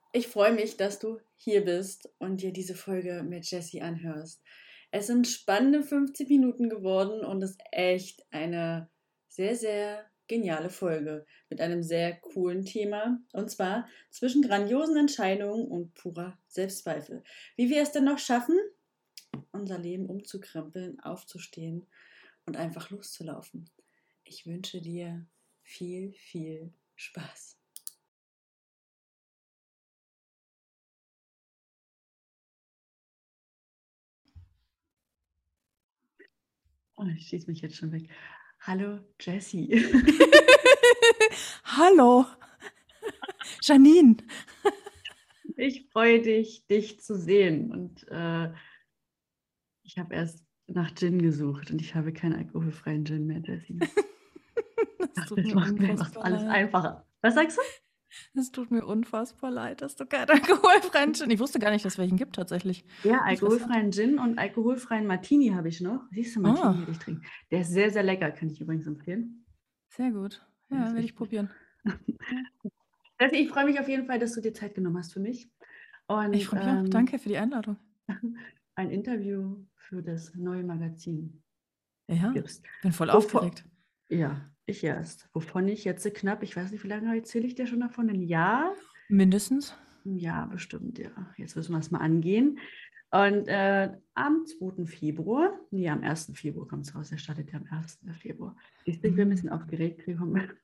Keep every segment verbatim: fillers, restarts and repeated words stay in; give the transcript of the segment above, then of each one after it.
Ich freue mich, dass du hier bist und dir diese Folge mit Jessie anhörst. Es sind spannende fünfzehn Minuten geworden und es ist echt eine sehr, sehr geniale Folge mit einem sehr coolen Thema. Und zwar zwischen grandiosen Entscheidungen und purer Selbstzweifel. Wie wir es denn noch schaffen, unser Leben umzukrempeln, aufzustehen und einfach loszulaufen. Ich wünsche dir viel, viel Spaß. Oh, ich schieße mich jetzt schon weg. Hallo, Jessie. Hallo, Janine. Ich freue dich, dich zu sehen. Und äh, ich habe erst nach Gin gesucht und ich habe keinen alkoholfreien Gin mehr, Jessie. Es Ach, tut das mir macht mir was unfassbar alles leid. einfacher. Was sagst du? Es tut mir unfassbar leid, dass du keinen alkoholfreien Gin. Ich wusste gar nicht, dass es welchen gibt tatsächlich. Ja, Interessant. alkoholfreien Gin und alkoholfreien Martini habe ich noch. Siehst du, Martini Ah, hätte ich trinken. Der ist sehr, sehr lecker, kann ich übrigens empfehlen. sehr gut. Der Ja, ist werde echt ich gut. probieren. Ja. Jessie, ich freue mich auf jeden Fall, dass du dir Zeit genommen hast für mich. Ich Und freue mich auch. ähm, Danke für die Einladung. ein Interview für das neue Magazin Ja, gibst. bin voll Wovon, aufgeregt. ja, ich erst. Wovon ich jetzt knapp, ich weiß nicht, wie lange erzähle ich dir schon davon? Ein Jahr? Mindestens. Ein Jahr bestimmt, ja. Jetzt müssen wir es mal angehen. Und äh, am zweiten Februar, nee, am ersten Februar kommt es raus, der startet ja am ersten Februar. Siehst du, ich bin ein Mm. bisschen aufgeregt, kriege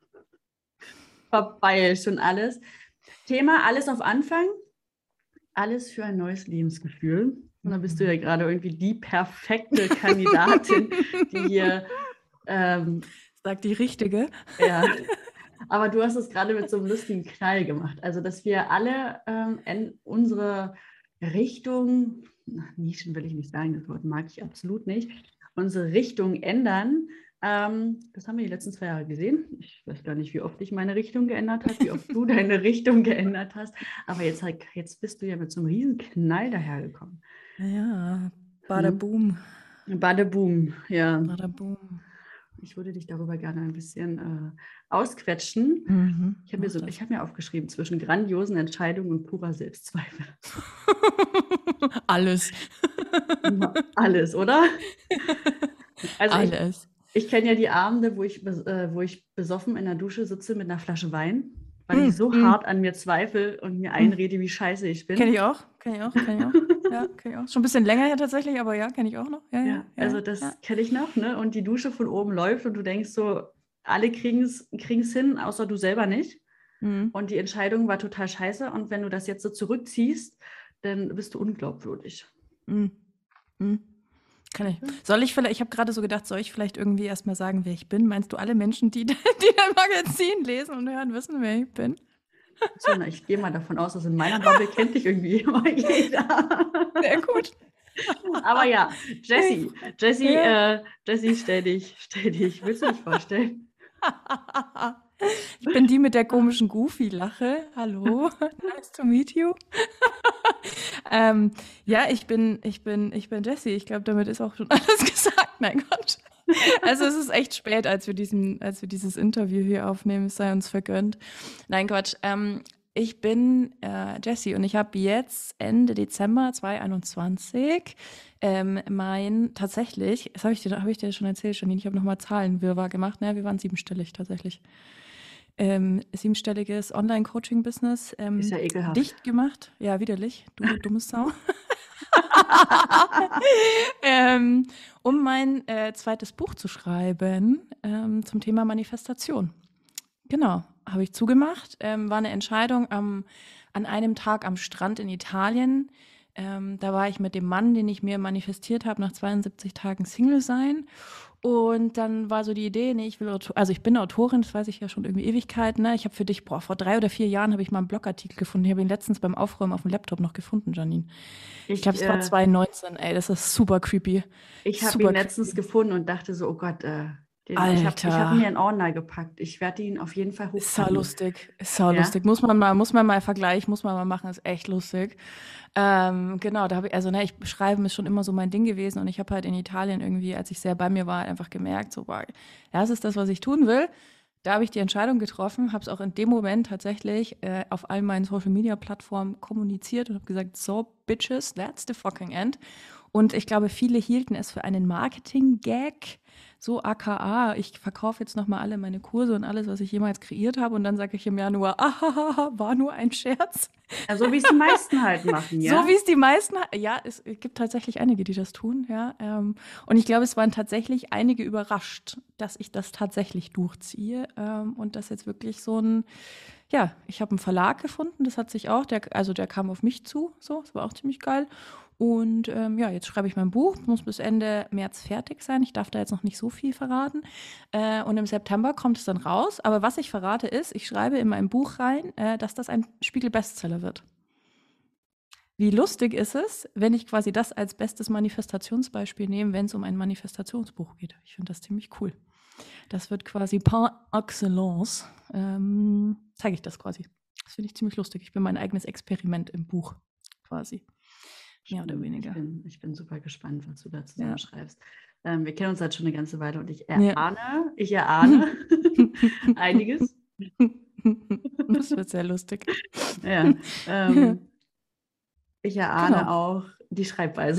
verbeult und alles. Thema, alles auf Anfang, alles für ein neues Lebensgefühl. Und da bist du ja gerade irgendwie die perfekte Kandidatin, die hier ähm, Sagt die Richtige. ja, aber du hast es gerade mit so einem lustigen Knall gemacht. Also, dass wir alle ähm, in unsere Richtung, ach, Nischen will ich nicht sagen, das Wort mag ich absolut nicht, unsere Richtung ändern. Ähm, das haben wir die letzten zwei Jahre gesehen. Ich weiß gar nicht, wie oft ich meine Richtung geändert habe, wie oft du deine Richtung geändert hast. Aber jetzt, jetzt bist du ja mit so einem riesen Knall dahergekommen. Ja, bada Ne? boom. Badeboom, ja. Bada boom. Ich würde dich darüber gerne ein bisschen äh, ausquetschen. Mhm, Ich habe mir, mach so, das. hab mir aufgeschrieben, zwischen grandiosen Entscheidungen und purer Selbstzweifel. Alles. Alles, oder? Also ich, Alles. ich kenne ja die Abende, wo ich, äh, wo ich besoffen in der Dusche sitze mit einer Flasche Wein, weil ich Mm, so mm, hart an mir zweifle und mir mm. einrede, wie scheiße ich Kenne bin. ich auch, kenne ich auch, kenne ich auch. Ja, kenne ich auch. Schon ein bisschen länger her tatsächlich, aber ja, kenne ich auch noch. Ja, ja, Ja, ja, also ja. das kenne ich noch, ne? Und die Dusche von oben läuft und du denkst so, alle kriegen es hin, außer du selber nicht. Mhm. Und die Entscheidung war total scheiße. Und wenn du das jetzt so zurückziehst, dann bist du unglaubwürdig. Mhm. Mhm. Kann ich. Soll ich vielleicht, ich habe gerade so gedacht, soll ich vielleicht irgendwie erstmal sagen, wer ich bin? Meinst du, alle Menschen, die, die dein Magazin lesen und hören, wissen, wer ich bin? So, na, ich gehe mal davon aus, dass in meiner Bubble kennt dich irgendwie immer jeder. Sehr gut. Aber ja, Ich, Jessie, Jessie, ja. äh, Jessie, stell dich, stell dich. Willst du dich vorstellen? Ich bin die mit der komischen Goofy-Lache. Hallo, nice to meet you. Ähm, ja, ich bin, ich bin, ich bin Jessie. Ich glaube, damit ist auch schon alles gesagt. Mein Gott. Also es ist echt spät, als wir diesen, als wir dieses Interview hier aufnehmen. Es sei uns vergönnt. Nein, Quatsch. Ähm, ich bin äh, Jessie und ich habe jetzt Ende Dezember zwanzig einundzwanzig ähm, mein tatsächlich, das habe ich dir, habe ich dir schon erzählt, Janine, ich habe nochmal Zahlenwirrwarr gemacht. Ne? Wir waren siebenstellig tatsächlich. Ähm, siebenstelliges Online-Coaching-Business Ist ähm, ja ekelhaft. dicht gemacht. Ja, widerlich. Du dumme Sau. ähm, um mein äh, zweites Buch zu schreiben ähm, zum Thema Manifestation. Genau, habe ich zugemacht. Ähm, war eine Entscheidung am, an einem Tag am Strand in Italien. Ähm, da war ich mit dem Mann, den ich mir manifestiert habe, nach zweiundsiebzig Tagen Single sein. Und dann war so die Idee, nee, ich will, Autor also ich bin Autorin, das weiß ich ja schon irgendwie Ewigkeiten. Ne? Ich habe für dich, boah, vor drei oder vier Jahren habe ich mal einen Blogartikel gefunden. Ich habe ihn letztens beim Aufräumen auf dem Laptop noch gefunden, Janine. Ich glaube, Ich, es war äh, zwanzig neunzehn, ey, das ist super creepy. ich habe ihn Super letztens creepy. gefunden und dachte so, oh Gott, äh, den, ich habe ich hab ihn Alter. mir in Ordner gepackt. Ich werde ihn auf jeden Fall Ist sau hochpacken. lustig, ist sau Ja? lustig. Muss man mal, muss man mal vergleichen, muss man mal machen, ist echt lustig. Ähm, genau, da habe ich, also ne, ich schreiben ist schon immer so mein Ding gewesen und ich habe halt in Italien irgendwie, als ich sehr bei mir war, einfach gemerkt, so, boah, ja, das ist das, was ich tun will. da habe ich die Entscheidung getroffen, habe es auch in dem Moment tatsächlich äh, auf all meinen Social-Media-Plattformen kommuniziert und habe gesagt, so, Bitches, that's the fucking end. Und ich glaube, viele hielten es für einen Marketing-Gag, so aka, ich verkaufe jetzt nochmal alle meine Kurse und alles, was ich jemals kreiert habe und dann sage ich im Januar, ah, war nur ein Scherz. Ja, so wie es die meisten halt machen, ja? So wie es die meisten, ja, es gibt tatsächlich einige, die das tun, ja. Ähm, und ich glaube, es waren tatsächlich einige überrascht, dass ich das tatsächlich durchziehe ähm, und das jetzt wirklich so ein, ja, ich habe einen Verlag gefunden, das hat sich auch, der, also der kam auf mich zu, so, das war auch ziemlich geil. Und ähm, ja, jetzt schreibe ich mein Buch, muss bis Ende März fertig sein. Ich darf da jetzt noch nicht so viel verraten. Äh, und im September kommt es dann raus. Aber was ich verrate ist, ich schreibe in mein Buch rein, äh, dass das ein Spiegel-Bestseller wird. Wie lustig ist es, wenn ich quasi das als bestes Manifestationsbeispiel nehme, wenn es um ein Manifestationsbuch geht. Ich finde das ziemlich cool. Das wird quasi par excellence, ähm, zeige ich das quasi. Das finde ich ziemlich lustig. Ich bin mein eigenes Experiment im Buch quasi. Mehr oder weniger. Ich bin, ich bin super gespannt, was du da Ja. zusammenschreibst. Ähm, wir kennen uns halt schon eine ganze Weile und ich Ja. erahne, ich erahne einiges. Das wird sehr lustig. Ja, ähm, ich erahne Genau. auch die Schreibweise.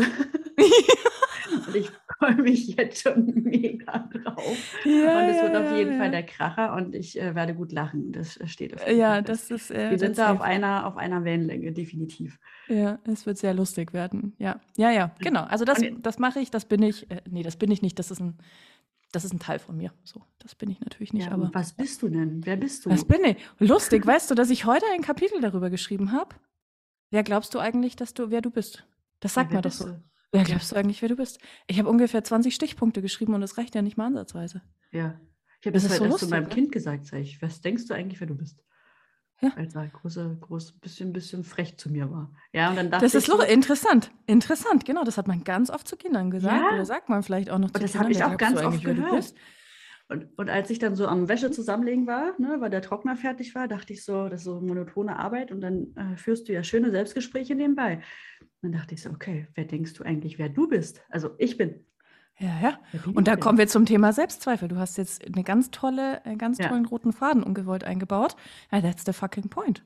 Und ich freue mich jetzt schon mega drauf. Ja, und es wird ja, auf jeden ja, Fall ja. der Kracher und ich äh, werde gut lachen. Das äh, steht auf jeden Ja, Fall fest. das ist äh, Wir sind that's da auf safe. einer, auf einer Wellenlänge, definitiv. Ja, es wird sehr lustig werden. Ja, ja, ja, genau. Also das, Und- das mache ich, das bin ich. Äh, nee, das bin ich nicht. Das ist ein, das ist ein Teil von mir. So, das bin ich natürlich nicht. Ja, aber und was bist du denn? Wer bist du? was bin ich? Lustig, weißt du, dass ich heute ein Kapitel darüber geschrieben habe? Wer glaubst du eigentlich, dass du, wer du bist? Das sagt Ja, wer man doch bist so. du? Wer Ja. glaubst du eigentlich, wer du bist? Ich habe ungefähr zwanzig Stichpunkte geschrieben und das reicht ja nicht mal ansatzweise. Ja. Ich habe Das das ist heute so erst zu meinem lustig, ne? Kind gesagt, sag ich, was denkst du eigentlich, wer du bist? Ja. Weil es halt große, groß, bisschen, bisschen frech zu mir war. Ja, und dann dachte Das ist ich so, lo- interessant. Interessant, genau. Das hat man ganz oft zu Kindern gesagt. Ja. Oder sagt man vielleicht auch noch zu und das Kindern. habe ich wer auch glaubst ganz du oft eigentlich, wer du gehört. bist? Und, und als ich dann so am Wäsche zusammenlegen war, ne, weil der Trockner fertig war, dachte ich so, das ist so monotone Arbeit und dann äh, führst du ja schöne Selbstgespräche nebenbei. Und dann dachte ich so, okay, wer denkst du eigentlich, wer du bist? Also ich bin. Ja, ja. Wer bin Und ich da denn? kommen wir zum Thema Selbstzweifel. Du hast jetzt eine ganz tolle, einen ganz Ja. tollen roten Faden ungewollt eingebaut. Ja, that's the fucking point.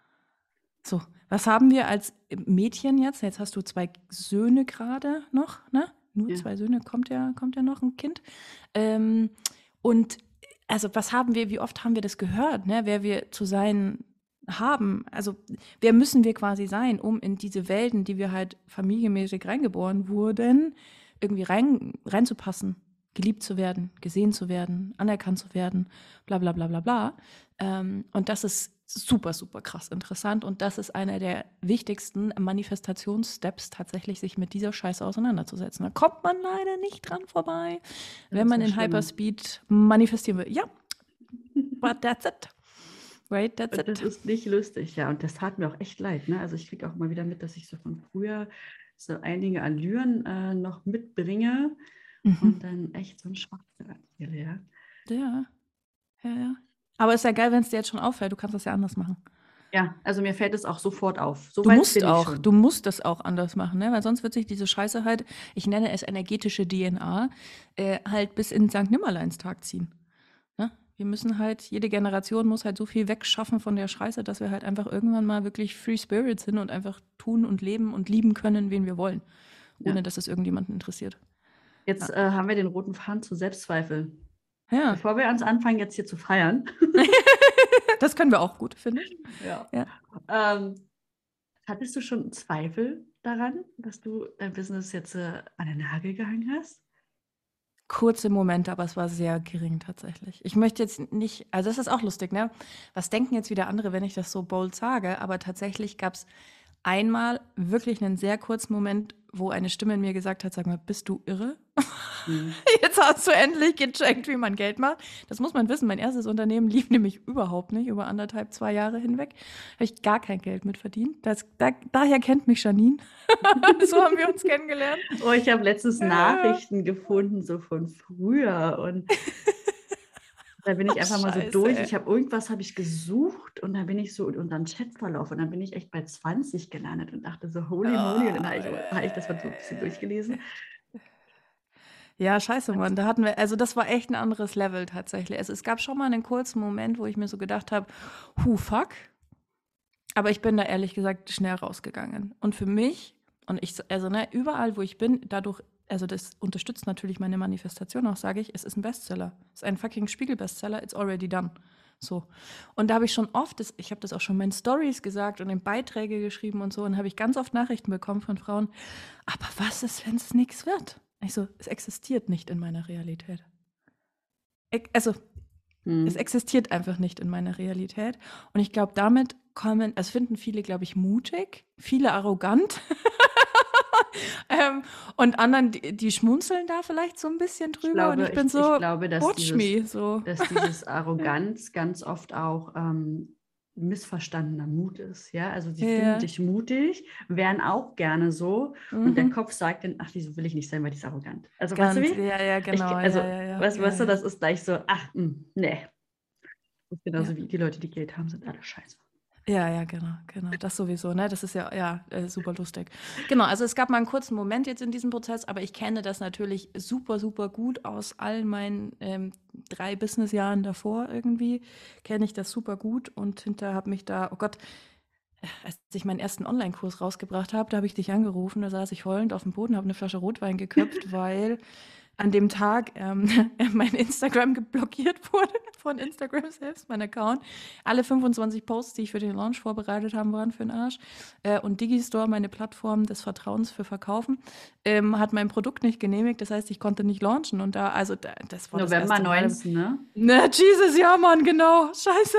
So, was haben wir als Mädchen jetzt? Jetzt hast du zwei Söhne gerade noch, ne? Nur Ja. zwei Söhne, kommt ja, kommt ja noch ein Kind. Ähm, und also was haben wir, wie oft haben wir das gehört, ne? Wer wir zu sein haben? Also wer müssen wir quasi sein, um in diese Welten, die wir halt familienmäßig reingeboren wurden, irgendwie rein, reinzupassen, geliebt zu werden, gesehen zu werden, anerkannt zu werden, bla bla bla bla bla. Ähm, und das ist super, super krass interessant. Und das ist einer der wichtigsten Manifestationssteps, tatsächlich sich mit dieser Scheiße auseinanderzusetzen. Da kommt man leider nicht dran vorbei, Das wenn ist man das in Schlimme. Hyperspeed manifestieren will. Ja, but that's it. Right, that's Und das it. ist nicht lustig, ja. Und das tat mir auch echt leid. Ne? Also ich kriege auch mal wieder mit, dass ich so von früher so einige Allüren äh, noch mitbringe Mhm. und dann echt so ein Schwachsinn erzähle, ja. Ja, ja, ja. Aber ist ja geil, wenn es dir jetzt schon auffällt. Du kannst das ja anders machen. Ja, also mir fällt es auch sofort auf. So Du weit musst bin ich auch, schon. du musst das auch anders machen, ne? Weil sonst wird sich diese Scheiße halt, ich nenne es energetische D N A, äh, halt bis in Sankt Nimmerleinstag ziehen. Ne? Wir müssen halt, jede Generation muss halt so viel wegschaffen von der Scheiße, dass wir halt einfach irgendwann mal wirklich Free Spirit sind und einfach tun und leben und lieben können, wen wir wollen, ohne Ja. dass es irgendjemanden interessiert. Jetzt äh, haben wir den roten Faden zu Selbstzweifel. Ja, Bevor wir uns anfangen, jetzt hier zu feiern, das können wir auch gut, finde ich. ja. Ja. ähm, hattest du schon Zweifel daran, dass du dein Business jetzt äh, an den Nagel gehangen hast? Kurze Momente, aber es war sehr gering tatsächlich. Ich möchte jetzt nicht, also das ist auch lustig, ne? Was denken jetzt wieder andere, wenn ich das so bold sage? Aber tatsächlich gab es einmal wirklich einen sehr kurzen Moment, wo eine Stimme in mir gesagt hat, sag mal, bist du irre? Hm. Jetzt hast du endlich gecheckt, wie man Geld macht. Das muss man wissen. Mein erstes Unternehmen lief nämlich überhaupt nicht, über anderthalb, zwei Jahre hinweg. Habe ich gar kein Geld mit verdient. Das, da, daher kennt mich Janine. So haben wir uns kennengelernt. Oh, ich habe letztens Ja. Nachrichten gefunden, so von früher. Und da bin ich einfach mal so Scheiße, durch. ey. Ich habe irgendwas habe ich gesucht und dann bin ich so unter den Chatverlauf und dann bin ich echt bei zwanzig gelandet und dachte so, holy moly. Und dann habe ich, hab ich das mal so ein bisschen durchgelesen. Ja, scheiße, Mann. Da hatten wir, also das war echt ein anderes Level tatsächlich. Also es gab schon mal einen kurzen Moment, wo ich mir so gedacht habe, hu, fuck. Aber ich bin da ehrlich gesagt schnell rausgegangen. Und für mich, und ich, also ne, überall, wo ich bin, dadurch, also das unterstützt natürlich meine Manifestation auch, sage ich, es ist ein Bestseller. Es ist ein fucking Spiegel-Bestseller, it's already done. So. Und da habe ich schon oft, das, ich habe das auch schon in meinen Stories gesagt und in Beiträge geschrieben und so, und habe ich ganz oft Nachrichten bekommen von Frauen, aber was ist, wenn es nichts wird? Ich so, es existiert nicht in meiner Realität. Ich, also Hm. es existiert einfach nicht in meiner Realität. Und ich glaube, damit kommen, es finden viele, glaube ich, mutig, viele arrogant. ähm, und anderen, die, die schmunzeln da vielleicht so ein bisschen drüber. Ich glaube, und ich bin ich, so, ich glaube, dass watch dieses, me. So. dass dieses Arroganz ganz oft auch ähm, missverstandener Mut ist. Ja, also sie Ja. finden dich mutig, wären auch gerne so, und der Mhm. Kopf sagt dann, ach, die so will ich nicht sein, weil die ist arrogant. Also Ganz, weißt du wie? ja, ja, Ich, genau. also, ja, ja, ja, weißt, ja, weißt du, ja. das ist gleich so, ach, mh, nee. Das ist genauso Ja. wie die Leute, die Geld haben, sind alle scheiße. Ja, ja, genau, genau. Das sowieso, ne? Das ist ja, ja, äh, super lustig. Genau, also es gab mal einen kurzen Moment jetzt in diesem Prozess, aber ich kenne das natürlich super, super gut aus all meinen ähm, drei Businessjahren davor irgendwie. Kenne ich das super gut und hinterher habe mich da, oh Gott, äh, als ich meinen ersten Online-Kurs rausgebracht habe, da habe ich dich angerufen, da saß ich heulend auf dem Boden, habe eine Flasche Rotwein geköpft, weil an dem Tag ähm, mein Instagram geblockiert wurde von Instagram selbst, mein Account. Alle fünfundzwanzig Posts, die ich für den Launch vorbereitet habe, waren für den Arsch. Äh, und Digistore, meine Plattform des Vertrauens für Verkaufen, ähm, hat mein Produkt nicht genehmigt. Das heißt, ich konnte nicht launchen. Und da, also da, das war November das erste Mal. neunzehn, ne? Ne, Jesus, ja, Mann, genau. Scheiße.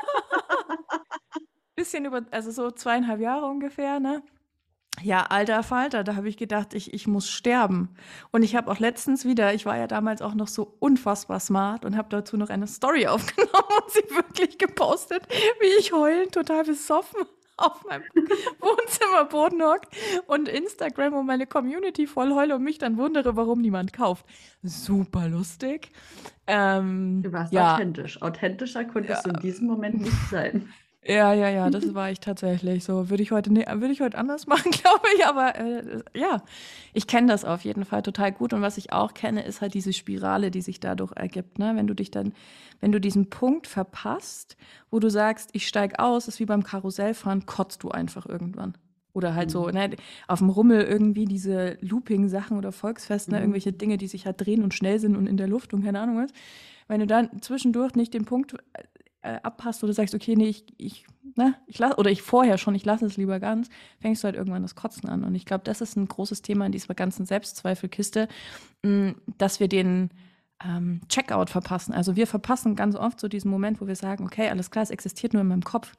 Bisschen über, also so zweieinhalb Jahre ungefähr, ne? Ja, alter Falter, da habe ich gedacht, ich, ich muss sterben. Und ich habe auch letztens wieder, ich war ja damals auch noch so unfassbar smart und habe dazu noch eine Story aufgenommen und sie wirklich gepostet, wie ich heulend, total besoffen auf meinem Wohnzimmerboden hockt und Instagram und meine Community voll heule und mich dann wundere, warum niemand kauft. Super lustig. Ähm, Du warst ja, authentisch. Authentischer konntest du in ja. diesem Moment nicht sein. Ja, ja, ja, das war ich tatsächlich so. Würde ich heute, ne, würde ich heute anders machen, glaube ich, aber äh, ja, ich kenne das auf jeden Fall total gut. Und was ich auch kenne, ist halt diese Spirale, die sich dadurch ergibt. Ne? Wenn du dich dann, wenn du diesen Punkt verpasst, wo du sagst, ich steig aus, ist wie beim Karussellfahren, kotzt du einfach irgendwann. Oder halt so, Mhm. ne, auf dem Rummel irgendwie diese Looping-Sachen oder Volksfest, ne, Mhm. irgendwelche Dinge, die sich halt drehen und schnell sind und in der Luft und keine Ahnung was. Wenn du dann zwischendurch nicht den Punkt äh, abpasst oder sagst, okay, nee, ich, ich, ne, ich lasse, oder ich vorher schon, ich lasse es lieber ganz, fängst du halt irgendwann das Kotzen an. Und ich glaube, das ist ein großes Thema in dieser ganzen Selbstzweifelkiste, mh, dass wir den ähm, Checkout verpassen. Also wir verpassen ganz oft so diesen Moment, wo wir sagen, okay, alles klar, es existiert nur in meinem Kopf.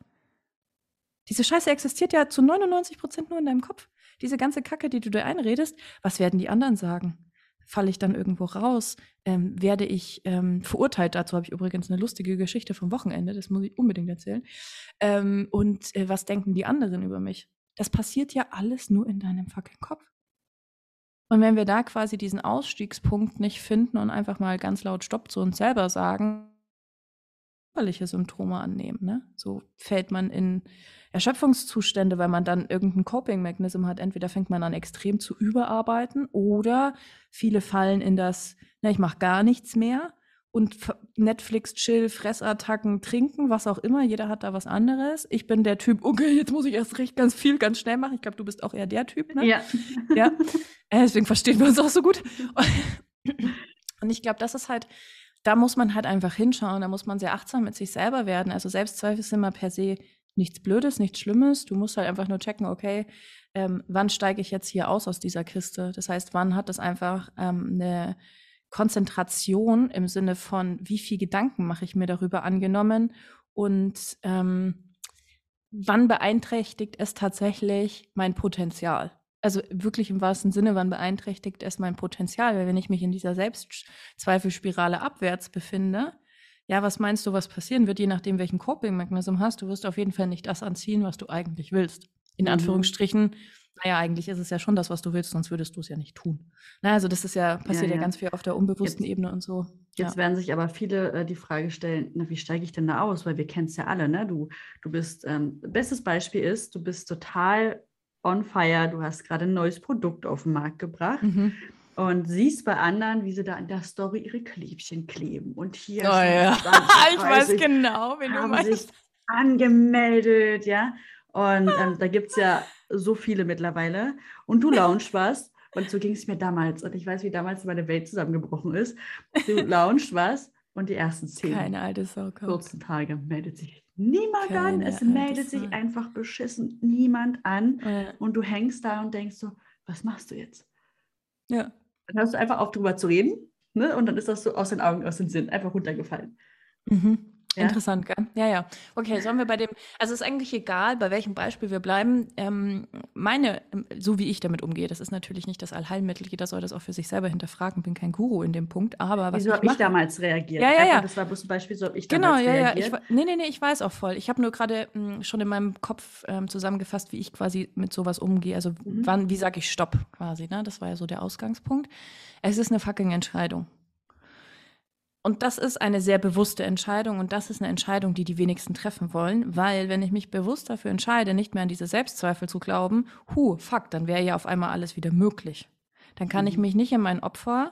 Diese Scheiße existiert ja zu neunundneunzig Prozent nur in deinem Kopf. Diese ganze Kacke, die du dir einredest, was werden die anderen sagen? Falle ich dann irgendwo raus? Ähm, werde ich ähm, verurteilt? Dazu habe ich übrigens eine lustige Geschichte vom Wochenende, das muss ich unbedingt erzählen. Ähm, und äh, was denken die anderen über mich? Das passiert ja alles nur in deinem fucking Kopf. Und wenn wir da quasi diesen Ausstiegspunkt nicht finden und einfach mal ganz laut Stopp zu uns selber sagen, körperliche Symptome annehmen, ne? So fällt man in Erschöpfungszustände, weil man dann irgendein Coping-Mechanism hat. Entweder fängt man an, extrem zu überarbeiten oder viele fallen in das, na, ich mache gar nichts mehr und Netflix, Chill, Fressattacken, Trinken, was auch immer. Jeder hat da was anderes. Ich bin der Typ, okay, jetzt muss ich erst recht ganz viel, ganz schnell machen. Ich glaube, du bist auch eher der Typ, ne? Ja. Ja. Äh, deswegen verstehen wir uns auch so gut. Und ich glaube, das ist halt, da muss man halt einfach hinschauen, da muss man sehr achtsam mit sich selber werden. Also Selbstzweifel sind immer per se nichts Blödes, nichts Schlimmes. Du musst halt einfach nur checken, okay, ähm, wann steige ich jetzt hier aus aus dieser Kiste? Das heißt, wann hat das einfach ähm, eine Konzentration im Sinne von, wie viel Gedanken mache ich mir darüber angenommen und ähm, wann beeinträchtigt es tatsächlich mein Potenzial? Also wirklich im wahrsten Sinne, wann beeinträchtigt es mein Potenzial? Weil wenn ich mich in dieser Selbstzweifelspirale abwärts befinde, ja, was meinst du, was passieren wird, je nachdem, welchen Coping-Mechanism hast? Du wirst auf jeden Fall nicht das anziehen, was du eigentlich willst. In Mhm. Anführungsstrichen, naja, eigentlich ist es ja schon das, was du willst, sonst würdest du es ja nicht tun. Na, also das ist ja, passiert Ja, ja, ja. ganz viel auf der unbewussten Jetzt- Ebene und so. Jetzt Ja. werden sich aber viele äh, die Frage stellen, na, wie steige ich denn da aus? Weil wir kennen es ja alle, ne? Du, du bist, ähm, bestes Beispiel ist, du bist total on fire, du hast gerade ein neues Produkt auf den Markt gebracht Mhm. und siehst bei anderen, wie sie da in der Story ihre Klebchen kleben. Und hier Oh schon ja, ich weiß zwanzig, genau, wen du haben sich meinst. angemeldet, ja. Und ähm, da gibt es ja so viele mittlerweile. Und du launchst was. Und so ging es mir damals. Und ich weiß, wie damals meine Welt zusammengebrochen ist. Du launchst was und die ersten zehn, Keine alte Sau kauft. vierzehn Tage meldet sich niemand an. Keine Es alte meldet sich Sau. einfach beschissen niemand an. Ja. Und du hängst da und denkst so, was machst du jetzt? Ja. Dann hörst du einfach auf, drüber zu reden. Ne? Und dann ist das so aus den Augen, aus dem Sinn, einfach runtergefallen. Mhm. Ja? Interessant, gell? Ja, ja. Okay, sollen wir bei dem, also es ist eigentlich egal, bei welchem Beispiel wir bleiben. Ähm, meine, so wie ich damit umgehe, das ist natürlich nicht das Allheilmittel, jeder soll das auch für sich selber hinterfragen, bin kein Guru in dem Punkt, aber was Wieso ich habe ich mache, damals reagiert? Ja, ja, Einfach, ja. das war bloß ein Beispiel, so habe ich Genau, damals ja, ja. reagiert. Ich, wa- nee, nee, nee, ich weiß auch voll. Ich habe nur gerade mh, schon in meinem Kopf ähm, zusammengefasst, wie ich quasi mit sowas umgehe. Also Mhm. wann, wie sage ich Stopp quasi, ne? Das war ja so der Ausgangspunkt. Es ist eine fucking Entscheidung. Und das ist eine sehr bewusste Entscheidung und das ist eine Entscheidung, die die wenigsten treffen wollen, weil wenn ich mich bewusst dafür entscheide, nicht mehr an diese Selbstzweifel zu glauben, hu, fuck, dann wäre ja auf einmal alles wieder möglich. Dann kann ich Mhm. mich nicht in mein Opfer,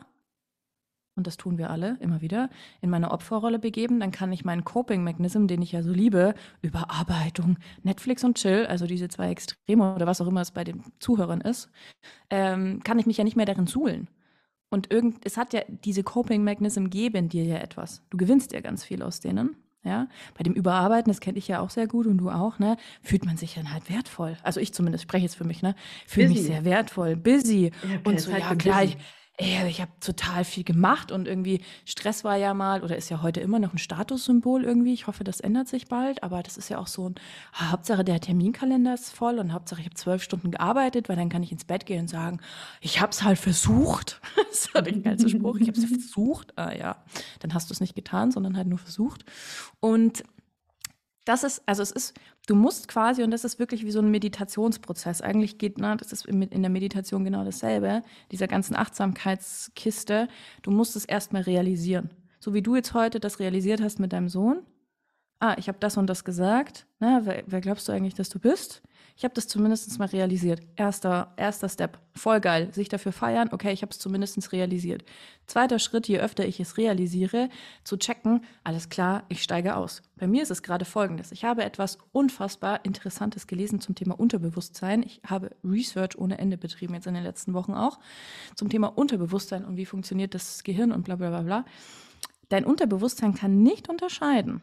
und das tun wir alle immer wieder, in meine Opferrolle begeben, dann kann ich meinen Coping-Mechanism, den ich ja so liebe, Überarbeitung, Netflix und Chill, also diese zwei Extreme oder was auch immer es bei den Zuhörern ist, ähm, kann ich mich ja nicht mehr darin suhlen. Und irgend, es hat ja, diese Coping-Mechanism geben dir ja etwas. Du gewinnst ja ganz viel aus denen. Ja, bei dem Überarbeiten, das kenne ich ja auch sehr gut und du auch, ne, fühlt man sich dann halt wertvoll. Also ich zumindest spreche jetzt für mich, ne, fühle mich Busy. sehr wertvoll, busy Ich habe und keine so, Zeit ja für klar, busy. ich, ey, ich habe total viel gemacht und irgendwie Stress war ja mal oder ist ja heute immer noch ein Statussymbol irgendwie. Ich hoffe, das ändert sich bald, aber das ist ja auch so ein, ah, Hauptsache der Terminkalender ist voll und Hauptsache ich habe zwölf Stunden gearbeitet, weil dann kann ich ins Bett gehen und sagen, ich habe es halt versucht. Das ist halt der geilste Spruch, ich habe es versucht. Ah ja, dann hast du es nicht getan, sondern halt nur versucht. Und das ist, also es ist, du musst quasi, und das ist wirklich wie so ein Meditationsprozess. Eigentlich geht, na, das ist in in der Meditation genau dasselbe, dieser ganzen Achtsamkeitskiste. Du musst es erstmal realisieren. So wie du jetzt heute das realisiert hast mit deinem Sohn. Ah, ich habe das und das gesagt. Na, wer, wer glaubst du eigentlich, dass du bist? Ich habe das zumindest mal realisiert. Erster, erster Step. Voll geil. Sich dafür feiern. Okay, ich habe es zumindest realisiert. Zweiter Schritt, je öfter ich es realisiere, zu checken, alles klar, ich steige aus. Bei mir ist es gerade Folgendes. Ich habe etwas unfassbar Interessantes gelesen zum Thema Unterbewusstsein. Ich habe Research ohne Ende betrieben, jetzt in den letzten Wochen auch, zum Thema Unterbewusstsein und wie funktioniert das Gehirn und bla bla bla bla. Dein Unterbewusstsein kann nicht unterscheiden,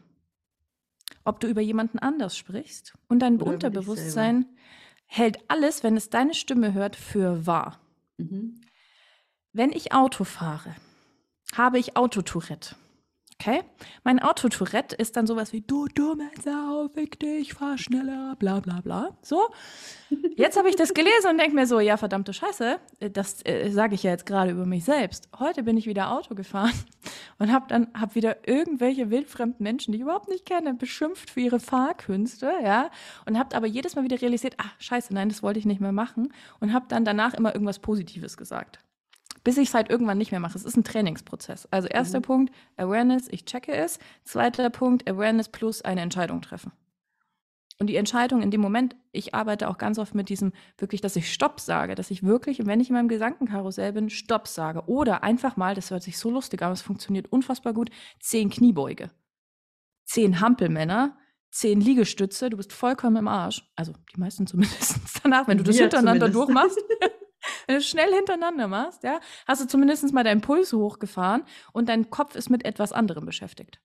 ob du über jemanden anders sprichst. Und dein Oder über dich Unterbewusstsein hält alles, wenn es deine Stimme hört, für wahr. Mhm. Wenn ich Auto fahre, habe ich Autotourette. Okay? Mein Autotourette ist dann sowas wie, du dumme Sau, fick dich, fahr schneller, bla bla bla. So. Jetzt habe ich das gelesen und denke mir so, ja, verdammte Scheiße, das äh, sage ich ja jetzt gerade über mich selbst. Heute bin ich wieder Auto gefahren und habe dann hab wieder irgendwelche wildfremden Menschen, die ich überhaupt nicht kenne, beschimpft für ihre Fahrkünste, ja, und habe aber jedes Mal wieder realisiert, ach, scheiße, nein, das wollte ich nicht mehr machen und habe dann danach immer irgendwas Positives gesagt. Bis ich es halt irgendwann nicht mehr mache. Es ist ein Trainingsprozess. Also erster Mhm. Punkt, Awareness, ich checke es. Zweiter Punkt, Awareness plus eine Entscheidung treffen. Und die Entscheidung in dem Moment, ich arbeite auch ganz oft mit diesem wirklich, dass ich Stopp sage, dass ich wirklich, wenn ich in meinem Gedankenkarussell bin, Stopp sage. Oder einfach mal, das hört sich so lustig an, aber es funktioniert unfassbar gut, zehn Kniebeuge, zehn Hampelmänner, zehn Liegestütze, du bist vollkommen im Arsch. Also die meisten zumindest danach, wenn du das Wir hintereinander zumindest. durchmachst. Wenn du es schnell hintereinander machst, ja, hast du zumindest mal deinen Puls hochgefahren und dein Kopf ist mit etwas anderem beschäftigt.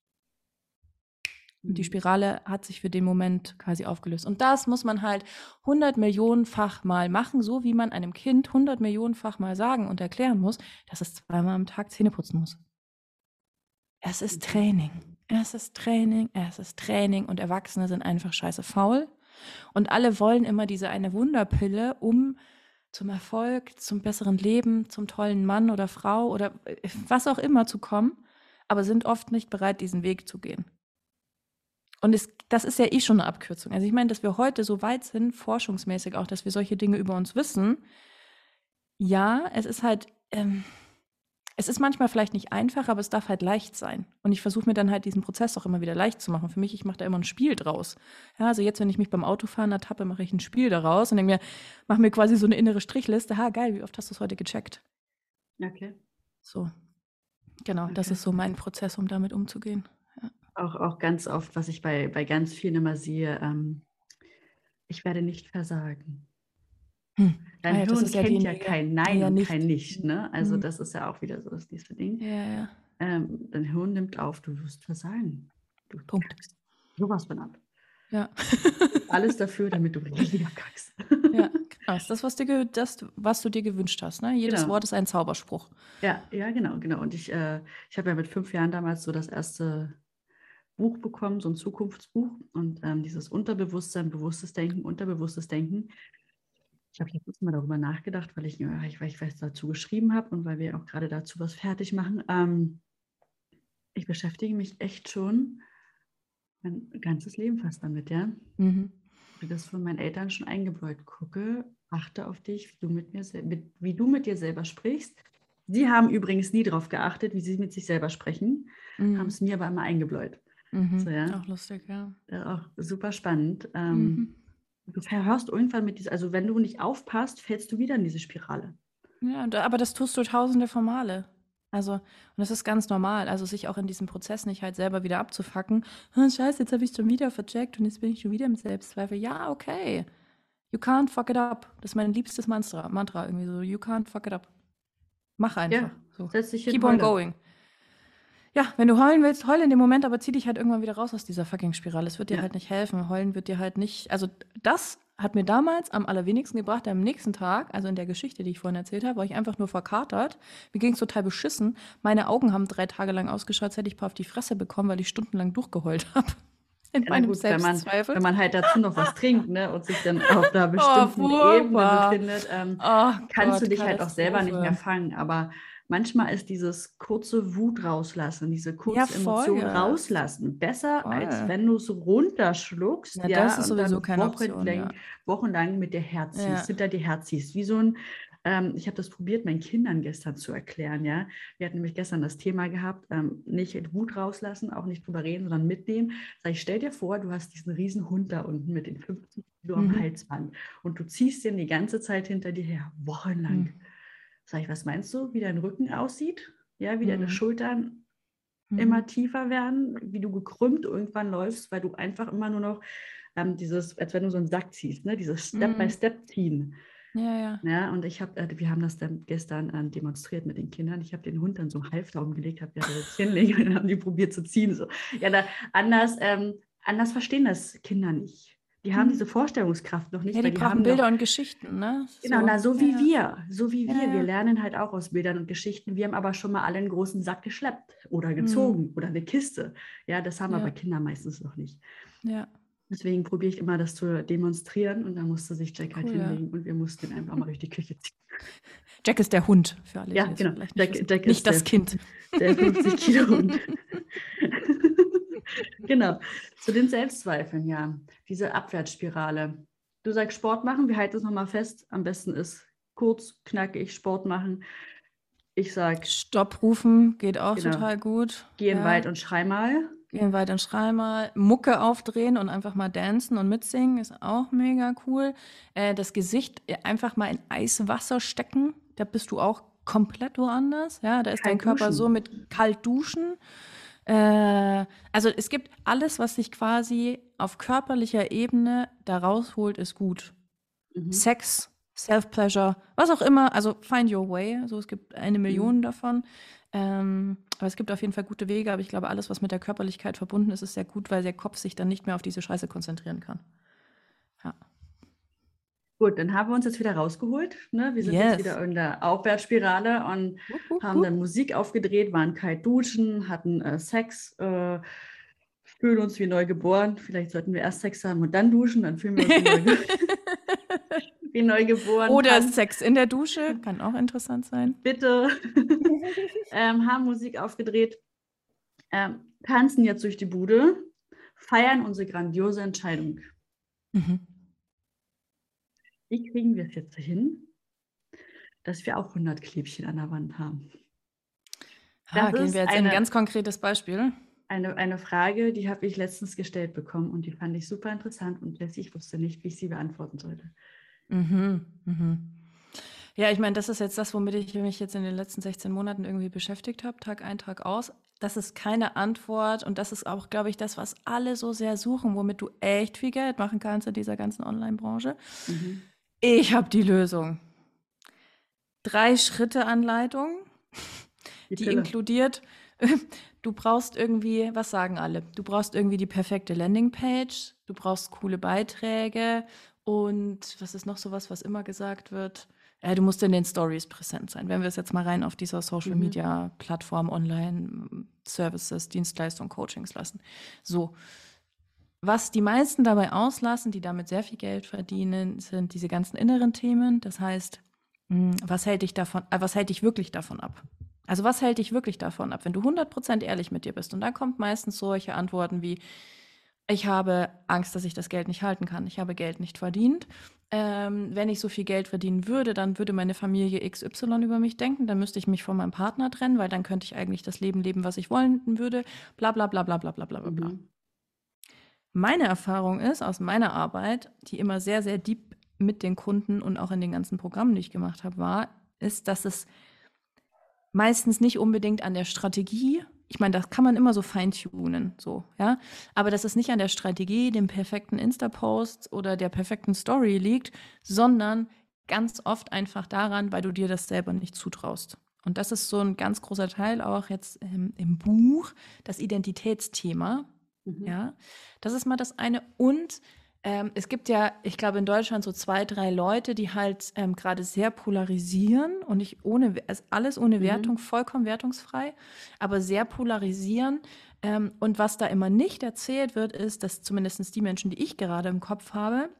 Und die Mhm. Spirale hat sich für den Moment quasi aufgelöst. Und das muss man halt hundert Millionenfach mal machen, so wie man einem Kind hundert Millionenfach mal sagen und erklären muss, dass es zweimal am Tag Zähne putzen muss. Es ist Training. Es ist Training, es ist Training und Erwachsene sind einfach scheiße faul. Und alle wollen immer diese eine Wunderpille, um zum Erfolg, zum besseren Leben, zum tollen Mann oder Frau oder äh, was auch immer zu kommen, aber sind oft nicht bereit, diesen Weg zu gehen. Und es, das ist ja eh schon eine Abkürzung. Also ich meine, dass wir heute so weit sind, forschungsmäßig auch, dass wir solche Dinge über uns wissen. Ja, es ist halt, ähm, es ist manchmal vielleicht nicht einfach, aber es darf halt leicht sein. Und ich versuche mir dann halt diesen Prozess auch immer wieder leicht zu machen. Für mich, ich mache da immer ein Spiel draus. Ja, also jetzt, wenn ich mich beim Autofahren ertappe, mache ich ein Spiel daraus und denke mir, mache mir quasi so eine innere Strichliste. Ha, geil, wie oft hast du es heute gecheckt? Okay. So, genau, das Okay. ist so mein Prozess, um damit umzugehen. Ja. Auch, auch ganz oft, was ich bei, bei ganz vielen immer sehe, ähm, ich werde nicht versagen. Hm. Dein Ah ja, das Hirn ist ja kennt die ja Nege. kein Ah Nein ja, und nicht. kein Nicht, ne? Also Hm. das ist ja auch wieder so das nächste Ding. Ja, ja, Ähm, dein Hirn nimmt auf, du wirst versagen. Du Punkt. kackst sowas von ab. Ja. Alles dafür, damit du richtig abkackst. Ja, genau. Das ist das, was, dir ge das, was du dir gewünscht hast. Ne? Jedes Genau. Wort ist ein Zauberspruch. Ja, ja, genau, genau. Und ich, äh, ich habe ja mit fünf Jahren damals so das erste Buch bekommen, so ein Zukunftsbuch. Und ähm, dieses Unterbewusstsein, bewusstes Denken, unterbewusstes Denken. Ich habe jetzt mal darüber nachgedacht, weil ich, ja, ich, weil ich was dazu geschrieben habe und weil wir auch gerade dazu was fertig machen. Ähm, ich beschäftige mich echt schon mein ganzes Leben fast damit, ja. Mhm. Ich habe das von meinen Eltern schon eingebläut. Gucke, achte auf dich, wie du mit mir, mit, wie du mit dir selber sprichst. Sie haben übrigens nie darauf geachtet, wie sie mit sich selber sprechen, Mhm. haben es mir aber immer eingebläut. Mhm. So, ja. Auch lustig, ja. Äh, auch super spannend. Ähm, Mhm. Du verhörst irgendwann mit dieser, also wenn du nicht aufpasst, fällst du wieder in diese Spirale. Ja, und, aber das tust du tausende von Male. Also, und das ist ganz normal. Also, sich auch in diesem Prozess nicht halt selber wieder abzufacken. "Ah, Scheiße, jetzt habe ich schon wieder vercheckt und jetzt bin ich schon wieder im Selbstzweifel. Ja, okay. You can't fuck it up. Das ist mein liebstes Mantra, Mantra irgendwie so. You can't fuck it up. Mach einfach. Ja, So. setz dich hin, Keep on heule. going. Ja, wenn du heulen willst, heul in dem Moment, aber zieh dich halt irgendwann wieder raus aus dieser fucking Spirale. Es wird dir Ja. halt nicht helfen. Heulen wird dir halt nicht. Also, das hat mir damals am allerwenigsten gebracht. Am nächsten Tag, also in der Geschichte, die ich vorhin erzählt habe, war ich einfach nur verkatert. Mir ging es total beschissen. Meine Augen haben drei Tage lang ausgeschaut, als hätte ich ein paar auf die Fresse bekommen, weil ich stundenlang durchgeheult habe. In Ja, na meinem gut, wenn man, Selbstzweifel. wenn man halt dazu noch was trinkt, ne, und sich dann auf einer Oh, bestimmten Ebene furchtbar. befindet, ähm, Oh kannst du Gott, dich halt auch selber nicht mehr Katastrophe. fangen. Aber manchmal ist dieses kurze Wut rauslassen, diese Ja, kurze Emotion voll. rauslassen, besser, als Voll. wenn du es runterschluckst, Na, das ja, ist und sowieso dann keine Option, ja. wochenlang, wochenlang mit dir herziehst, Ja. hinter dir herziehst. Wie so ein, ähm, ich habe das probiert, meinen Kindern gestern zu erklären, ja. Wir hatten nämlich gestern das Thema gehabt, ähm, nicht Wut rauslassen, auch nicht drüber reden, sondern mitnehmen. Sag ich, stell dir vor, du hast diesen riesen Hund da unten mit den fünfzig Kilo am Mhm. Halsband und du ziehst den die ganze Zeit hinter dir her, wochenlang. Mhm. Sag ich, was meinst du, wie dein Rücken aussieht? Ja, wie deine Mhm. Schultern Mhm. immer tiefer werden, wie du gekrümmt irgendwann läufst, weil du einfach immer nur noch ähm, dieses, als wenn du so einen Sack ziehst, ne? Dieses Step-by-Step-Ziehen. Ja, ja. Ja, und ich habe, äh, wir haben das dann gestern äh, demonstriert mit den Kindern. Ich habe den Hund dann so einen Halfter umgelegt, habe gesagt, jetzt hinlegen, und dann haben die probiert zu ziehen. So. Ja, da, anders, ähm, anders verstehen das Kinder nicht. Die haben Mhm. diese Vorstellungskraft noch nicht, Ja, die weil die brauchen haben Bilder noch, und Geschichten, ne? genau, So. na, so Ja, wie ja. wir, so wie Ja, wir. Wir ja. lernen halt auch aus Bildern und Geschichten. Wir haben aber schon mal alle einen großen Sack geschleppt oder Mhm. gezogen oder eine Kiste. Ja, das haben Ja. aber Kinder meistens noch nicht. Ja. Deswegen probiere ich immer, das zu demonstrieren, und dann musste sich Jack halt Cool, ja. hinlegen und wir mussten ihn einfach mal durch die Küche ziehen. Jack ist der Hund, für alle, Ja, die es genau. vielleicht nicht Jack, wissen. Jack Nicht ist das der, Kind. der fünfzig Kilo Hund. Genau. Zu den Selbstzweifeln, ja. Diese Abwärtsspirale. Du sagst Sport machen, wir halten es nochmal fest. Am besten ist kurz, knackig Sport machen. Ich sage, Stopp rufen geht auch genau, total gut. geh in den Ja. Wald und schrei mal. Gehen weiter und schrei mal. Mucke aufdrehen und einfach mal dancen und mitsingen ist auch mega cool. Äh, das Gesicht einfach mal in Eiswasser stecken. Da bist du auch komplett woanders. Ja, da ist dein Kalt Körper duschen. so mit kalt duschen. Äh, also es gibt alles, was sich quasi auf körperlicher Ebene da rausholt, ist gut. Mhm. Sex, Self-Pleasure, was auch immer. Also find your way. Also es gibt eine Million Mhm. davon. Ähm, aber es gibt auf jeden Fall gute Wege. Aber ich glaube, alles, was mit der Körperlichkeit verbunden ist, ist sehr gut, weil der Kopf sich dann nicht mehr auf diese Scheiße konzentrieren kann. Ja. Gut, dann haben wir uns jetzt wieder rausgeholt. Ne? Wir sind Yes. jetzt wieder in der Aufwärtsspirale und Wupp, wupp, haben wupp. dann Musik aufgedreht, waren kalt duschen, hatten äh, Sex, äh, fühlen uns wie neu geboren. Vielleicht sollten wir erst Sex haben und dann duschen, dann fühlen wir uns wie neu, ge wie neu geboren. Oder Tanz, Sex in der Dusche, kann auch interessant sein. bitte. ähm, haben Musik aufgedreht, ähm, tanzen jetzt durch die Bude, feiern unsere grandiose Entscheidung. Mhm. Wie kriegen wir es jetzt hin, dass wir auch hundert Klebchen an der Wand haben? Ah, Das gehen ist wir jetzt in ein eine, ganz konkretes Beispiel. eine, eine Frage, die habe ich letztens gestellt bekommen und die fand ich super interessant, und Jessie, ich wusste nicht, wie ich sie beantworten sollte. Mhm. Mhm. Ja, ich meine, das ist jetzt das, womit ich mich jetzt in den letzten sechzehn Monaten irgendwie beschäftigt habe, Tag ein, Tag aus. Das ist keine Antwort und das ist auch, glaube ich, das, was alle so sehr suchen, womit du echt viel Geld machen kannst in dieser ganzen Online-Branche. Mhm. Ich habe die Lösung. Drei-Schritte-Anleitung, Die die Pille. inkludiert, du brauchst irgendwie, was sagen alle? Du brauchst irgendwie die perfekte Landingpage, du brauchst coole Beiträge und was ist noch sowas, was immer gesagt wird? Ja, du musst in den Stories präsent sein. Wenn wir es jetzt mal rein auf dieser Social Mhm. Media Plattform, Online Services, Dienstleistungen, Coachings lassen. So. Was die meisten dabei auslassen, die damit sehr viel Geld verdienen, sind diese ganzen inneren Themen. Das heißt, mh, was hält dich davon, äh, was hält dich wirklich davon ab? Also was hält dich wirklich davon ab, wenn du hundert Prozent ehrlich mit dir bist? Und dann kommt meistens solche Antworten wie, ich habe Angst, dass ich das Geld nicht halten kann. Ich habe Geld nicht verdient. Ähm, wenn ich so viel Geld verdienen würde, dann würde meine Familie X Y über mich denken. Dann müsste ich mich von meinem Partner trennen, weil dann könnte ich eigentlich das Leben leben, was ich wollen würde. Bla bla bla bla bla bla bla bla. Mhm. Meine Erfahrung ist aus meiner Arbeit, die immer sehr, sehr deep mit den Kunden und auch in den ganzen Programmen, die ich gemacht habe, war, ist, dass es meistens nicht unbedingt an der Strategie, ich meine, das kann man immer so feintunen, so, ja, aber dass es nicht an der Strategie, dem perfekten Insta-Post oder der perfekten Story liegt, sondern ganz oft einfach daran, weil du dir das selber nicht zutraust. Und das ist so ein ganz großer Teil auch jetzt ähm, im Buch, das Identitätsthema. Mhm. Ja, das ist mal das eine. Und ähm, es gibt ja, ich glaube, in Deutschland so zwei, drei Leute, die halt ähm, gerade sehr polarisieren und nicht ohne, also alles ohne Mhm. Wertung, vollkommen wertungsfrei, aber sehr polarisieren. Ähm, und was da immer nicht erzählt wird, ist, dass zumindest die Menschen, die ich gerade im Kopf habe,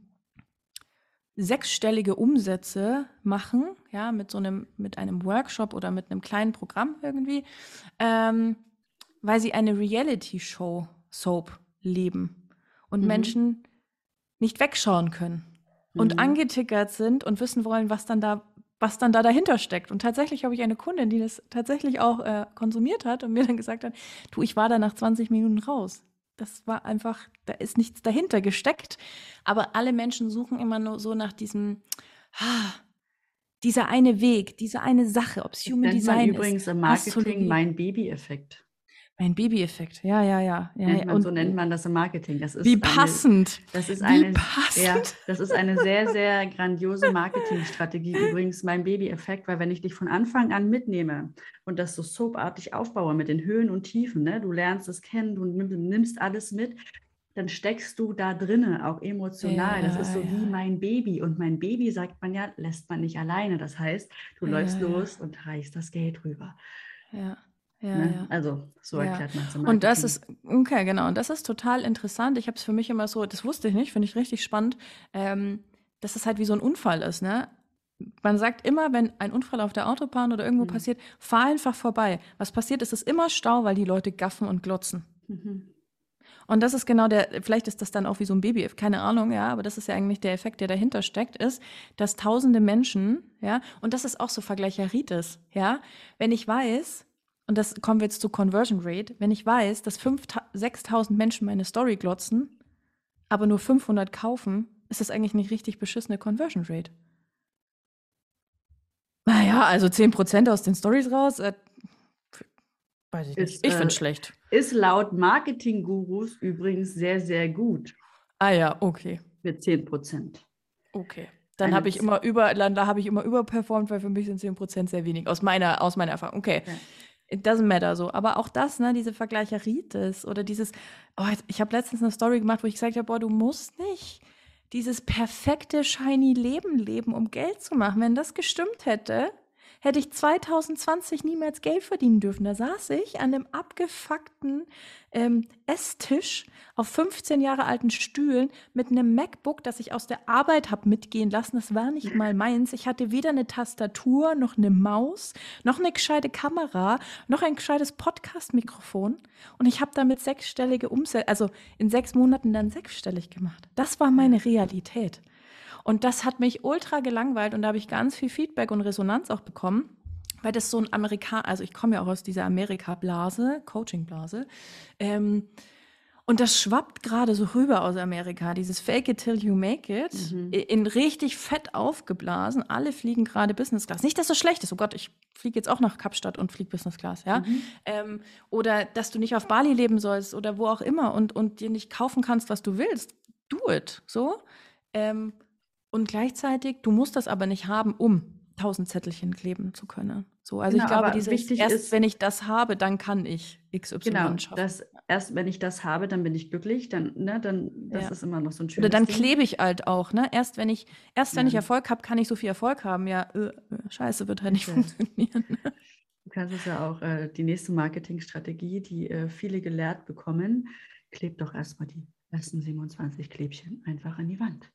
sechsstellige Umsätze machen, ja, mit so einem, mit einem Workshop oder mit einem kleinen Programm irgendwie, ähm, weil sie eine Reality-Show, Soap, leben und Mhm. Menschen nicht wegschauen können und Mhm. angetickert sind und wissen wollen, was dann da, was dann da dahinter steckt. Und tatsächlich habe ich eine Kundin, die das tatsächlich auch äh, konsumiert hat und mir dann gesagt hat, du, ich war da nach zwanzig Minuten raus. Das war einfach, da ist nichts dahinter gesteckt. Aber alle Menschen suchen immer nur so nach diesem, ah, dieser eine Weg, diese eine Sache, ob es Das Human nennt man Design ist, übrigens im Marketing Astrologie. mein Baby-Effekt. Mein Baby-Effekt, ja, ja, ja. ja, Nennt ja. man, so Und nennt man das im Marketing. Das wie ist eine, passend, das ist wie eine, ja, passend. das ist eine sehr, sehr grandiose Marketingstrategie. Übrigens mein Baby-Effekt, weil wenn ich dich von Anfang an mitnehme und das so soapartig aufbaue mit den Höhen und Tiefen, ne, du lernst es kennen, du nimm- nimmst alles mit, dann steckst du da drinnen, auch emotional. Das ist Ja, so wie ja, mein Baby. Und mein Baby, sagt man ja, lässt man nicht alleine. Das heißt, du ja, läufst ja, los und reichst das Geld rüber. ja, ja, Ne? ja. Also so Ja, erklärt man es im und das Marketing. ist, okay, genau, und das ist total interessant. Ich habe es für mich immer so, das wusste ich nicht, finde ich richtig spannend, ähm, dass es halt wie so ein Unfall ist, ne? Man sagt immer, wenn ein Unfall auf der Autobahn oder irgendwo Mhm. passiert, fahr einfach vorbei. Was passiert, ist es ist immer Stau, weil die Leute gaffen und glotzen. Mhm. Und das ist genau der, vielleicht ist das dann auch wie so ein Baby, keine Ahnung, ja, aber das ist ja eigentlich der Effekt, der dahinter steckt, ist, dass tausende Menschen, ja, und das ist auch so Vergleicheritis, ja, wenn ich weiß, und das kommen wir jetzt zu Conversion Rate, wenn ich weiß, dass fünftausend, sechstausend Menschen meine Story glotzen, aber nur fünfhundert kaufen, ist das eigentlich nicht richtig beschissene Conversion Rate. Naja, also zehn Prozent aus den Stories raus, äh, weiß ich nicht. Ist, Ich finde es äh, schlecht. ist laut Marketing-Gurus übrigens sehr, sehr gut Ah ja, okay. mit zehn Prozent. Okay. Dann Eine habe ich Z- immer über, dann, da habe ich immer überperformt, weil für mich sind zehn Prozent sehr wenig. Aus meiner, aus meiner Erfahrung. Okay. Ja. It doesn't matter so. Aber auch das, ne, diese Vergleicheritis oder dieses, oh, ich habe letztens eine Story gemacht, wo ich gesagt habe, boah, du musst nicht dieses perfekte, shiny Leben leben, um Geld zu machen. Wenn das gestimmt hätte, hätte ich zwanzig zwanzig niemals Geld verdienen dürfen. Da saß ich an dem abgefuckten ähm, Esstisch auf fünfzehn Jahre alten Stühlen mit einem MacBook, das ich aus der Arbeit habe mitgehen lassen. Das war nicht mal meins. Ich hatte weder eine Tastatur, noch eine Maus, noch eine gescheite Kamera, noch ein gescheites Podcast-Mikrofon. Und ich habe damit sechsstellige Umsätze, also in sechs Monaten dann sechsstellig gemacht. Das war meine Realität. Und das hat mich ultra gelangweilt und da habe ich ganz viel Feedback und Resonanz auch bekommen, weil das so ein Amerika, also ich komme ja auch aus dieser Amerika-Blase, Coaching-Blase. Ähm, Und das schwappt gerade so rüber aus Amerika, dieses Fake it till you make it, Mhm. in richtig fett aufgeblasen. Alle fliegen gerade Business Class. Nicht, dass das schlecht ist. Oh Gott, ich fliege jetzt auch nach Kapstadt und fliege Business Class, ja. Mhm. Ähm, oder dass du nicht auf Bali leben sollst oder wo auch immer und, und dir nicht kaufen kannst, was du willst. Do it, so. Ähm, und gleichzeitig, du musst das aber nicht haben, um tausend Zettelchen kleben zu können. So, also Genau, ich glaube, aber dieses, wichtig erst ist, wenn ich das habe, dann kann ich X genau, Y schaffen. dass erst wenn ich das habe, dann bin ich glücklich, dann, ne, dann, das Ja. ist immer noch so ein Oder schönes dann Ding. klebe ich halt auch, ne? Erst wenn ich, erst wenn ich Ja. Erfolg habe, kann ich so viel Erfolg haben. Ja, äh, äh, scheiße, wird halt nicht Richtig. funktionieren. Ne? Du kannst es ja auch, äh, die nächste Marketingstrategie, die äh, viele gelehrt bekommen, klebt doch erstmal die ersten siebenundzwanzig Klebchen einfach an die Wand.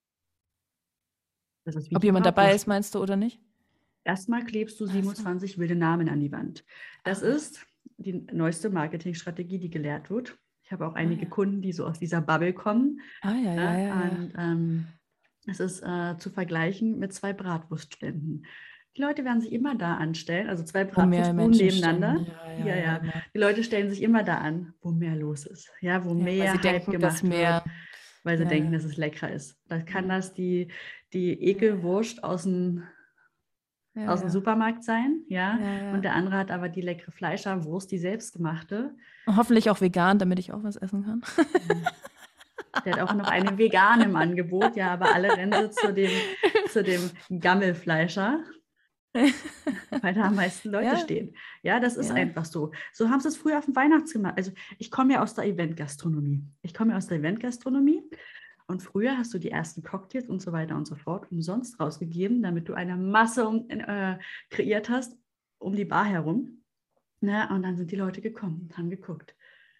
Das ist wie Ob die jemand dabei Bratwurst. ist, meinst du, oder nicht? Erstmal klebst du Ach so. siebenundzwanzig wilde Namen an die Wand. Das Ah, ja. ist die neueste Marketingstrategie, die gelehrt wird. Ich habe auch einige ja. Kunden, die so aus dieser Bubble kommen. Ah, ja, ja, ne? ja, ja. Und ähm, es ist äh, zu vergleichen mit zwei Bratwurstständen. Die Leute werden sich immer da anstellen, also zwei Wo mehr Bratwurstbuden Menschen nebeneinander. stehen. Ja, ja, Ja, ja, ja. immer. Die Leute stellen sich immer da an, wo mehr los ist. Ja, wo Ja, weil mehr sie Hype denken, dass gemacht mehr. wird, weil sie Ja, denken, ja. dass es lecker ist. Da kann Ja. das die, die Ekelwurst aus dem Ja, aus dem ja. Supermarkt sein, ja. Ja, ja. Und der andere hat aber die leckere Fleischerwurst, die selbstgemachte. Und hoffentlich auch vegan, damit ich auch was essen kann. Der hat auch noch eine vegane im Angebot, ja, aber alle rennen sie zu dem, zu dem Gammelfleischer, weil da am meisten Leute Ja. stehen. Ja, das ist Ja. einfach so. So haben sie es früher auf dem Weihnachtsmarkt. Also ich komme ja aus der Eventgastronomie. Ich komme ja aus der Eventgastronomie. Und früher hast du die ersten Cocktails und so weiter und so fort umsonst rausgegeben, damit du eine Masse um, äh, kreiert hast um die Bar herum. Ne? Und dann sind die Leute gekommen und haben geguckt.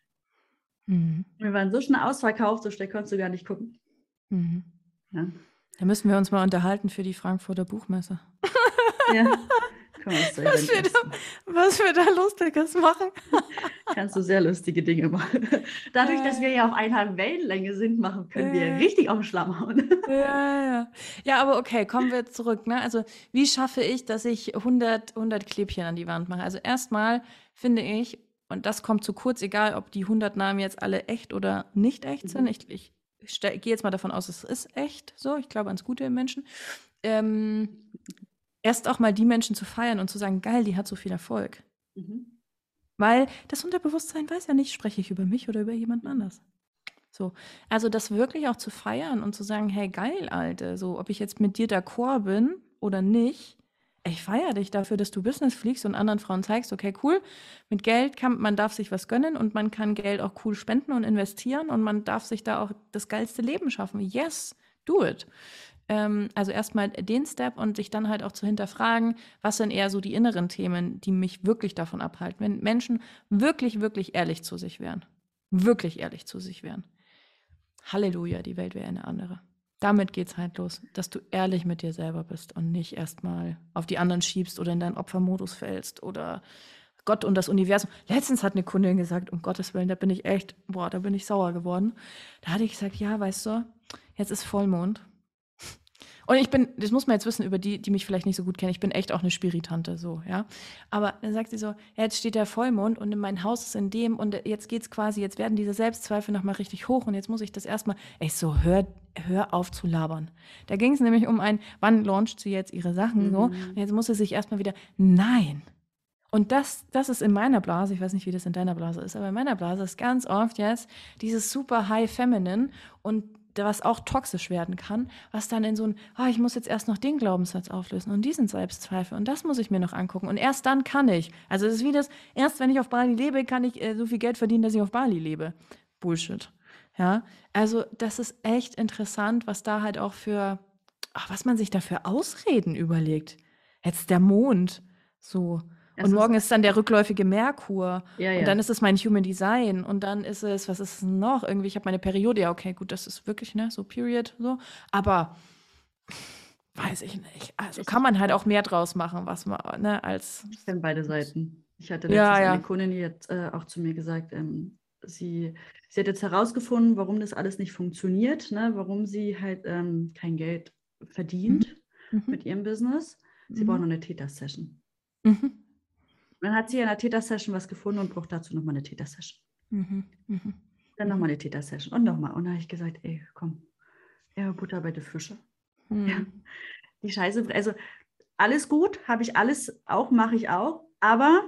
Mhm. Wir waren so schnell ausverkauft, so schnell konntest du gar nicht gucken. Mhm. Ja, Da müssen wir uns mal unterhalten für die Frankfurter Buchmesse. ja. Komm, was, Was wir, da, was wir da Lustiges machen. Kannst du sehr lustige Dinge machen. Dadurch, dass wir ja auf einer Wellenlänge sind, machen, können wir Äh. richtig auf den Schlamm hauen. Ja, ja. Ja, aber okay, kommen wir zurück. Ne? Also, wie schaffe ich, dass ich hundert, hundert Klebchen an die Wand mache? Also, erstmal finde ich, und das kommt zu kurz, egal ob die hundert Namen jetzt alle echt oder nicht echt sind. Mhm. Ich, ich, ich gehe jetzt mal davon aus, es ist echt so. Ich glaube ans Gute im Menschen. Ähm, erst auch mal die Menschen zu feiern und zu sagen, geil, die hat so viel Erfolg. Mhm. Weil das Unterbewusstsein weiß ja nicht, spreche ich über mich oder über jemanden anders. So, also das wirklich auch zu feiern und zu sagen, hey, geil, Alte, so, ob ich jetzt mit dir d'accord bin oder nicht, ich feiere dich dafür, dass du Business fliegst und anderen Frauen zeigst, okay, cool, mit Geld kann, man darf sich was gönnen und man kann Geld auch cool spenden und investieren und man darf sich da auch das geilste Leben schaffen. Yes, do it. Ähm, also erstmal den Step und sich dann halt auch zu hinterfragen, was sind eher so die inneren Themen, die mich wirklich davon abhalten. Wenn Menschen wirklich, wirklich ehrlich zu sich wären, wirklich ehrlich zu sich wären, Halleluja, die Welt wäre eine andere. Damit geht's halt los, dass du ehrlich mit dir selber bist und nicht erstmal auf die anderen schiebst oder in deinen Opfermodus fällst oder Gott und das Universum. Letztens hat eine Kundin gesagt, um Gottes Willen, da bin ich echt, boah, da bin ich sauer geworden. Da hatte ich gesagt, ja, weißt du, jetzt ist Vollmond. Und ich bin, das muss man jetzt wissen, über die, die mich vielleicht nicht so gut kennen, ich bin echt auch eine Spiritante, so, ja. Aber dann sagt sie so, ja, jetzt steht der Vollmond und mein Haus ist in dem und jetzt geht's quasi, jetzt werden diese Selbstzweifel nochmal richtig hoch und jetzt muss ich das erstmal, ich so, hör, hör auf zu labern. Da ging es nämlich um ein, wann launcht sie jetzt ihre Sachen, so, Mhm. und jetzt muss sie sich erstmal wieder, nein. Und das, das ist in meiner Blase, ich weiß nicht, wie das in deiner Blase ist, aber in meiner Blase ist ganz oft jetzt dieses super High Feminine und was auch toxisch werden kann, was dann in so ein, ah, ich muss jetzt erst noch den Glaubenssatz auflösen und diesen Selbstzweifel und das muss ich mir noch angucken und erst dann kann ich. Also es ist wie das, erst wenn ich auf Bali lebe, kann ich äh, so viel Geld verdienen, dass ich auf Bali lebe. Bullshit. Ja, also das ist echt interessant, was da halt auch für, ach, was man sich da für Ausreden überlegt. Jetzt der Mond, so. Es Und ist- morgen ist dann der rückläufige Merkur. Ja, ja. Und dann ist es mein Human Design. Und dann ist es, was ist es noch? Irgendwie, ich habe meine Periode. Ja, okay, gut, das ist wirklich, ne, so Period, so. Aber weiß ich nicht. Also kann man halt auch mehr draus machen, was man, ne, als. Ich kenne beide Seiten. Ich hatte Ja, letztens ja. eine Kundin, die hat äh, auch zu mir gesagt, ähm, sie, sie hat jetzt herausgefunden, warum das alles nicht funktioniert, ne? Warum sie halt ähm, kein Geld verdient Mhm. mit ihrem Business. Sie Mhm. braucht noch eine Theta-Session. Mhm. Dann hat sie in einer Theta-Session was gefunden und braucht dazu nochmal eine Theta-Session. Mhm. Mhm. Dann nochmal eine Theta-Session und nochmal. Und dann habe ich gesagt, ey, komm, ja, Butter bei den Fische. Mhm. Ja, die Scheiße, also alles gut, habe ich alles auch, mache ich auch, aber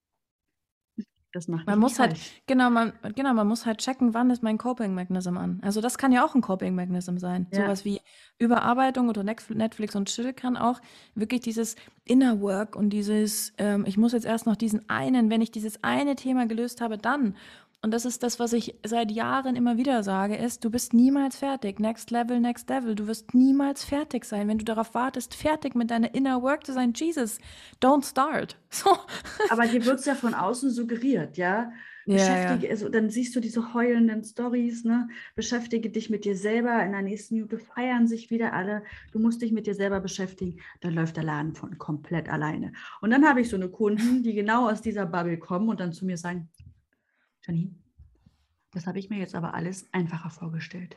das macht Man mich muss nicht halt, falsch. genau, man, genau, man muss halt checken, wann ist mein Coping Mechanism an. Also das kann ja auch ein Coping Mechanism sein. Ja. Sowas wie Überarbeitung oder Netf- Netflix und Chill kann auch wirklich dieses Inner Work und dieses, ähm, ich muss jetzt erst noch diesen einen, wenn ich dieses eine Thema gelöst habe, dann. Und das ist das, was ich seit Jahren immer wieder sage, ist, du bist niemals fertig. Next Level, next Level. Du wirst niemals fertig sein. Wenn du darauf wartest, fertig mit deiner Inner Work zu sein, Jesus, don't start. So. Aber dir wird es ja von außen suggeriert, ja. Ja, Beschäftige, ja. also dann siehst du diese heulenden Stories, ne? Beschäftige dich mit dir selber. In der nächsten Minute feiern sich wieder alle. Du musst dich mit dir selber beschäftigen. Dann läuft der Laden von komplett alleine. Und dann habe ich so eine Kunden, die genau aus dieser Bubble kommen und dann zu mir sagen, Janine, das habe ich mir jetzt aber alles einfacher vorgestellt.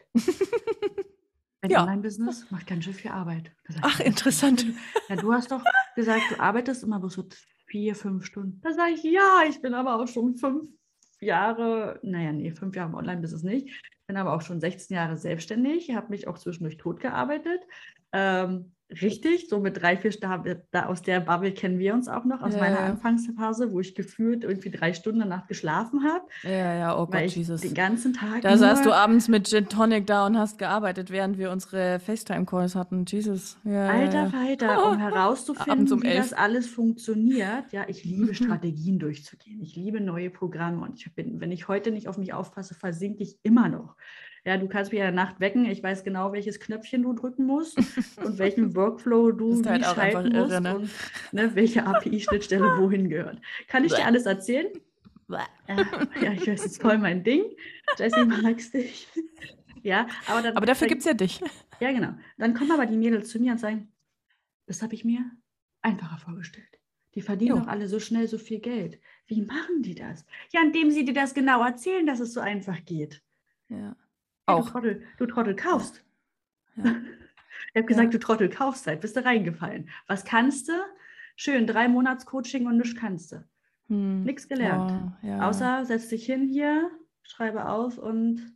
Ein Ja. Online-Business macht ganz schön viel Arbeit. Da sag ich, Ach, ja, interessant. ja, du hast doch gesagt, du arbeitest immer bloß so vier, fünf Stunden. Da sage ich, ja, ich bin aber auch schon fünf Jahre, naja, nee, fünf Jahre im Online-Business nicht. Bin aber auch schon sechzehn Jahre selbstständig, habe mich auch zwischendurch tot gearbeitet. Ähm, richtig, so mit drei, vier Stunden, da aus der Bubble kennen wir uns auch noch, aus Ja, meiner ja. Anfangsphase, wo ich gefühlt irgendwie drei Stunden danach geschlafen habe, Ja, ja, oh weil Gott, ich Jesus. den ganzen Tag Da nur saßt du abends mit Gin Tonic da und hast gearbeitet, während wir unsere FaceTime-Calls hatten. Jesus. Ja, ja, Alter ja. Falter, um Abends herauszufinden, um wie das elf. alles funktioniert. Ja, ich liebe Strategien durchzugehen. Ich liebe neue Programme und ich bin, wenn ich heute nicht auf mich aufpasse, versinke ich immer noch. Ja, du kannst mich in der Nacht wecken. Ich weiß genau, welches Knöpfchen du drücken musst und welchen Workflow du Bist wie halt auch einfach schalten irre, musst ne? und ne, welche A P I-Schnittstelle wohin gehört. Kann ich dir alles erzählen? Äh, ja, ich weiß, ist voll mein Ding. Jessie, magst dich. Ja, aber dann, Aber dafür dann gibt's ja dich. ja, genau. Dann kommen aber die Mädels zu mir und sagen, das habe ich mir einfacher vorgestellt. Die verdienen Jo. doch alle so schnell so viel Geld. Wie machen die das? Ja, indem sie dir das genau erzählen, dass es so einfach geht. Ja. Ja, du Auch. Trottel, du Trottel kaufst. Ja. Ich habe gesagt, Ja. du Trottel kaufst halt, bist du reingefallen. Was kannst du? Schön, drei Monats Coaching und nichts kannst du. Hm. Nichts gelernt. Oh, ja. Außer setz dich hin hier, schreibe auf und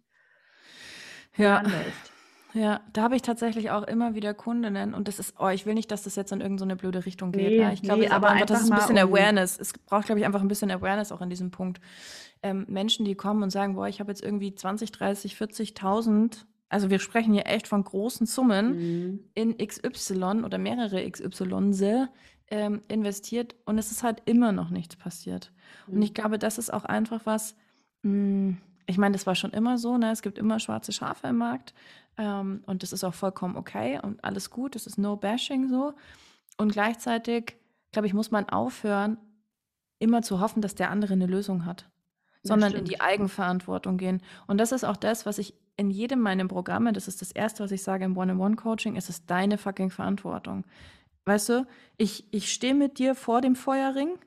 Ja. dann läuft. Ja, da habe ich tatsächlich auch immer wieder Kundinnen und das ist, oh, ich will nicht, dass das jetzt in irgendeine so blöde Richtung geht. Nee, Ne? Ich glaube, nee, es ist aber aber einfach, das einfach ist ein mal bisschen um- Awareness. Es braucht, glaube ich, einfach ein bisschen Awareness auch in diesem Punkt. Ähm, Menschen, die kommen und sagen, boah, ich habe jetzt irgendwie zwanzig, dreißig, vierzigtausend, also wir sprechen hier echt von großen Summen Mhm. in X Y oder mehrere X Y ähm, investiert und es ist halt immer noch nichts passiert. Und ich glaube, das ist auch einfach was, mh, ich meine, das war schon immer so, ne? Es gibt immer schwarze Schafe im Markt. Ähm, und das ist auch vollkommen okay und alles gut. Das ist no bashing so. Und gleichzeitig, glaube ich, muss man aufhören, immer zu hoffen, dass der andere eine Lösung hat, Das sondern in stimmt. die Eigenverantwortung gehen. Und das ist auch das, was ich in jedem meiner Programme, das ist das Erste, was ich sage im One-on-One-Coaching, es ist deine fucking Verantwortung. Weißt du, ich, ich stehe mit dir vor dem Feuerring,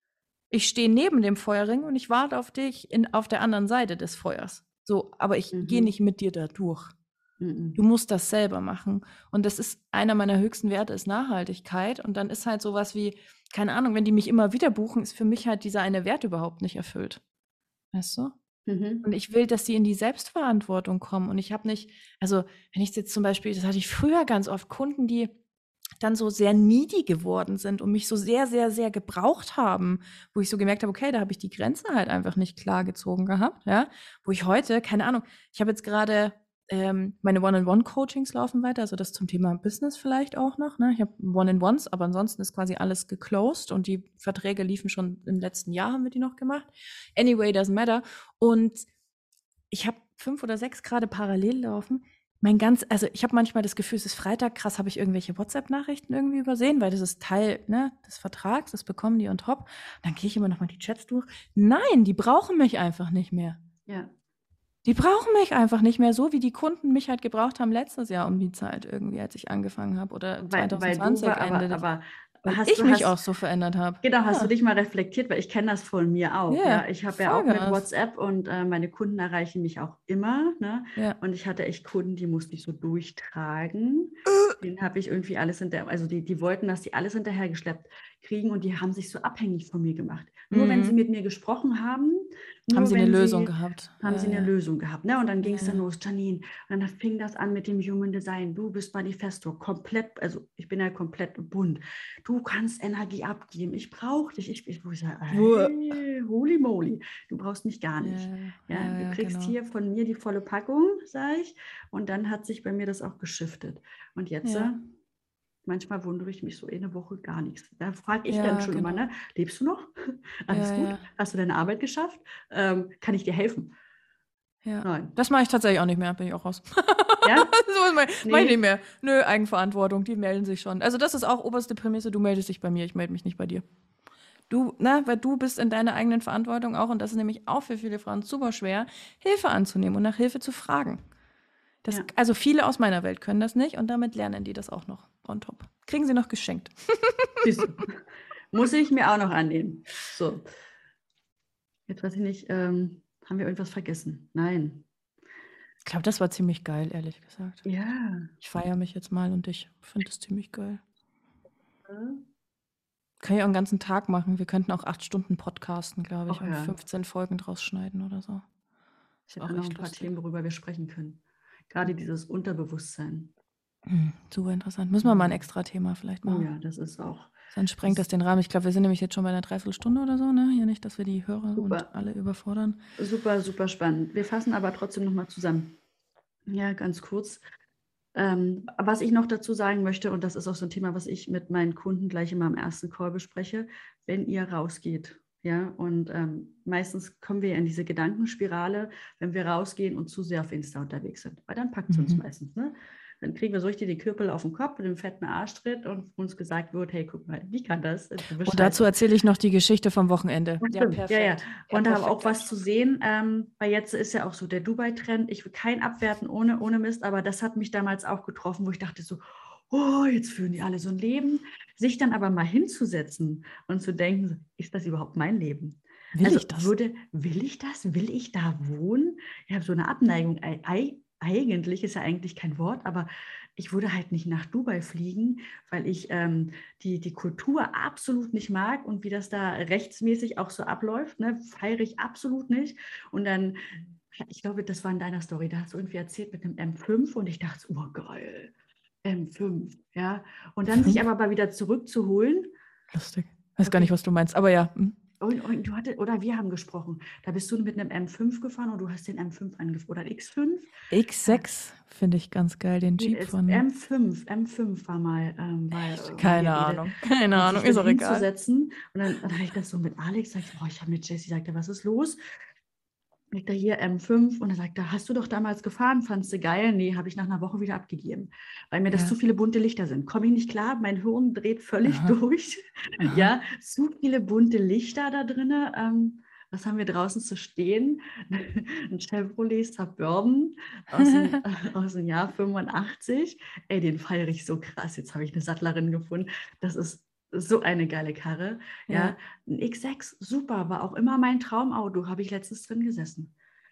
ich stehe neben dem Feuerring und ich warte auf dich in, auf der anderen Seite des Feuers. So, aber ich Mhm. gehe nicht mit dir da durch. Mhm. Du musst das selber machen. Und das ist einer meiner höchsten Werte, ist Nachhaltigkeit. Und dann ist halt sowas wie, keine Ahnung, wenn die mich immer wieder buchen, ist für mich halt dieser eine Wert überhaupt nicht erfüllt. Weißt du? Mhm. Und ich will, dass die in die Selbstverantwortung kommen. Und ich habe nicht, also wenn ich jetzt zum Beispiel, das hatte ich früher ganz oft, Kunden, die dann so sehr needy geworden sind und mich so sehr, sehr, sehr gebraucht haben, wo ich so gemerkt habe, okay, da habe ich die Grenze halt einfach nicht klar gezogen gehabt, ja, wo ich heute, keine Ahnung, ich habe jetzt gerade ähm, meine One-on-One-Coachings laufen weiter, also das zum Thema Business vielleicht auch noch, ne? Ich habe One-on-Ones, aber ansonsten ist quasi alles geclosed und die Verträge liefen schon im letzten Jahr, haben wir die noch gemacht. Anyway, doesn't matter. Und ich habe fünf oder sechs gerade parallel laufen. Mein ganz, also ich habe manchmal das Gefühl, es ist Freitag, krass, habe ich irgendwelche WhatsApp-Nachrichten irgendwie übersehen, weil das ist Teil, ne, des Vertrags, das bekommen die on top. Dann gehe ich immer noch mal die Chats durch. Nein, die brauchen mich einfach nicht mehr. Ja. Die brauchen mich einfach nicht mehr so, wie die Kunden mich halt gebraucht haben letztes Jahr um die Zeit irgendwie, als ich angefangen habe oder Weil, weil zwanzig du, zwanzig war, aber, Ende, aber weil hast ich du, mich hast, auch so verändert habe. genau, hast Ja. du dich mal reflektiert, weil ich kenne das von mir auch. Ja, Ja, ich habe ja auch mit Vollgas. WhatsApp und äh, meine Kunden erreichen mich auch immer. Ne? Ja. Und ich hatte echt Kunden, die musste ich so durchtragen. Denen habe ich irgendwie alles hinter, also die, die wollten, dass die alles hinterhergeschleppt kriegen und die haben sich so abhängig von mir gemacht. Nur wenn Mhm. sie mit mir gesprochen haben, Nur Haben sie eine wenn Lösung sie, gehabt? haben Ja, sie eine ja. Lösung gehabt. Ne? Und dann ging Ja, es dann ja. los, Janine. Und dann fing das an mit dem Human Design. Du bist Manifesto, komplett, also ich bin ja komplett bunt. Du kannst Energie abgeben. Ich brauche dich. Ich, ich, ich sage, Uah. hey, holy moly, du brauchst mich gar Ja, nicht. ja, Ja, ja, du ja, kriegst genau. hier von mir die volle Packung, sage ich. Und dann hat sich bei mir das auch geschiftet. Und jetzt, äh, Ja, manchmal wundere ich mich so eine Woche gar nichts. Da frage ich dann ja, schon immer, genau. ne? Lebst du noch? Alles Ja, gut? ja, Hast du deine Arbeit geschafft? Ähm, kann ich dir helfen? ja. Nein. Das mache ich tatsächlich auch nicht mehr, bin ich auch raus. Ja? So mach mach ich nicht Nee. mehr. Nö, Eigenverantwortung, die melden sich schon. Also das ist auch oberste Prämisse, du meldest dich bei mir, ich melde mich nicht bei dir. Du, ne, weil du bist in deiner eigenen Verantwortung auch und das ist nämlich auch für viele Frauen super schwer, Hilfe anzunehmen und nach Hilfe zu fragen. Das, Ja. also viele aus meiner Welt können das nicht und damit lernen die das auch noch on top. Kriegen sie noch geschenkt. Siehst du. Muss ich mir auch noch annehmen. So. Jetzt weiß ich nicht, ähm, haben wir irgendwas vergessen? Nein. Ich glaube, das war ziemlich geil, ehrlich gesagt. Ja. Ich feiere mich jetzt mal und ich finde es ziemlich geil. Ach Können ja auch einen ganzen Tag machen. Wir könnten auch acht Stunden podcasten, glaube ich, und ja. fünfzehn Folgen draus schneiden oder so. Ich Ist hätte auch noch ein echt paar lustig. Themen, worüber wir sprechen können. Gerade dieses Unterbewusstsein. Hm, super interessant. Müssen wir mal ein Mhm. extra Thema vielleicht Oh machen. ja, das ist auch Sonst sprengt das das den Rahmen. Ich glaube, wir sind nämlich jetzt schon bei einer Dreiviertelstunde oder so, ne? Hier nicht, dass wir die Hörer und super, alle überfordern. super, super spannend. Wir fassen aber trotzdem nochmal zusammen. Ja, ganz kurz. Ähm, was ich noch dazu sagen möchte, und das ist auch so ein Thema, was ich mit meinen Kunden gleich immer im ersten Call bespreche, wenn ihr rausgeht, ja, und ähm, meistens kommen wir in diese Gedankenspirale, wenn wir rausgehen und zu sehr auf Insta unterwegs sind, weil dann packt es uns Mhm. meistens, ne? Dann kriegen wir so richtig die Kürpel auf den Kopf mit dem fetten Arschtritt und uns gesagt wird, hey, guck mal, wie kann das? Du bist Und dazu scheiße. erzähle ich noch die Geschichte vom Wochenende. Das Ja, stimmt, ja, ja. perfekt. Ja, Und da habe perfekt. auch was zu sehen, ähm, weil jetzt ist ja auch so der Dubai-Trend. Ich will keinen abwerten ohne, ohne Mist, aber das hat mich damals auch getroffen, wo ich dachte so, oh, jetzt führen die alle so ein Leben. Sich dann aber mal hinzusetzen und zu denken, ist das überhaupt mein Leben? Will Also ich das? würde, will ich das? Will ich da wohnen? Ich habe so eine Abneigung. Ei- ei- Eigentlich ist ja eigentlich kein Wort, aber ich würde halt nicht nach Dubai fliegen, weil ich ähm, die, die Kultur absolut nicht mag und wie das da rechtsmäßig auch so abläuft, ne, feiere ich absolut nicht. Und dann, ich glaube, das war in deiner Story, da hast du irgendwie erzählt mit einem M fünf und ich dachte, so, oh geil, M fünf, ja. Und dann sich Fünf? aber mal wieder zurückzuholen. Lustig. Weiß gar nicht, Okay. was du meinst, aber ja. hm. Und, und du hattest, oder wir haben gesprochen, da bist du mit einem M fünf gefahren und du hast den M fünf angefahren, oder X fünf? X sechs finde ich ganz geil, den Nee, Jeep es- von. M fünf, M fünf war mal, ähm, war, Echt? war die Keine Rede. Ahnung. Keine Und Ahnung, sich ist dann auch egal. hinzusetzen. Und dann, dann habe ich das so mit Alex gesagt, boah, ich habe mit Jessie gesagt, was ist los? Sagt er hier M fünf und er sagt, da hast du doch damals gefahren, fandst du geil? Nee, habe ich nach einer Woche wieder abgegeben, weil mir das Ja. zu viele bunte Lichter sind. Komme ich nicht klar, mein Hirn dreht völlig Aha. durch. Aha. Ja, zu viele bunte Lichter da drin. Ähm, was haben wir draußen zu stehen? Ein Chevrolet Suburban aus dem, aus dem Jahr fünfundachtzig. Ey, den feiere ich so krass. Jetzt habe ich eine Sattlerin gefunden. Das ist so eine geile Karre. Ja, Ja. ein X sechs, super, war auch immer mein Traumauto. Habe ich letztens drin gesessen.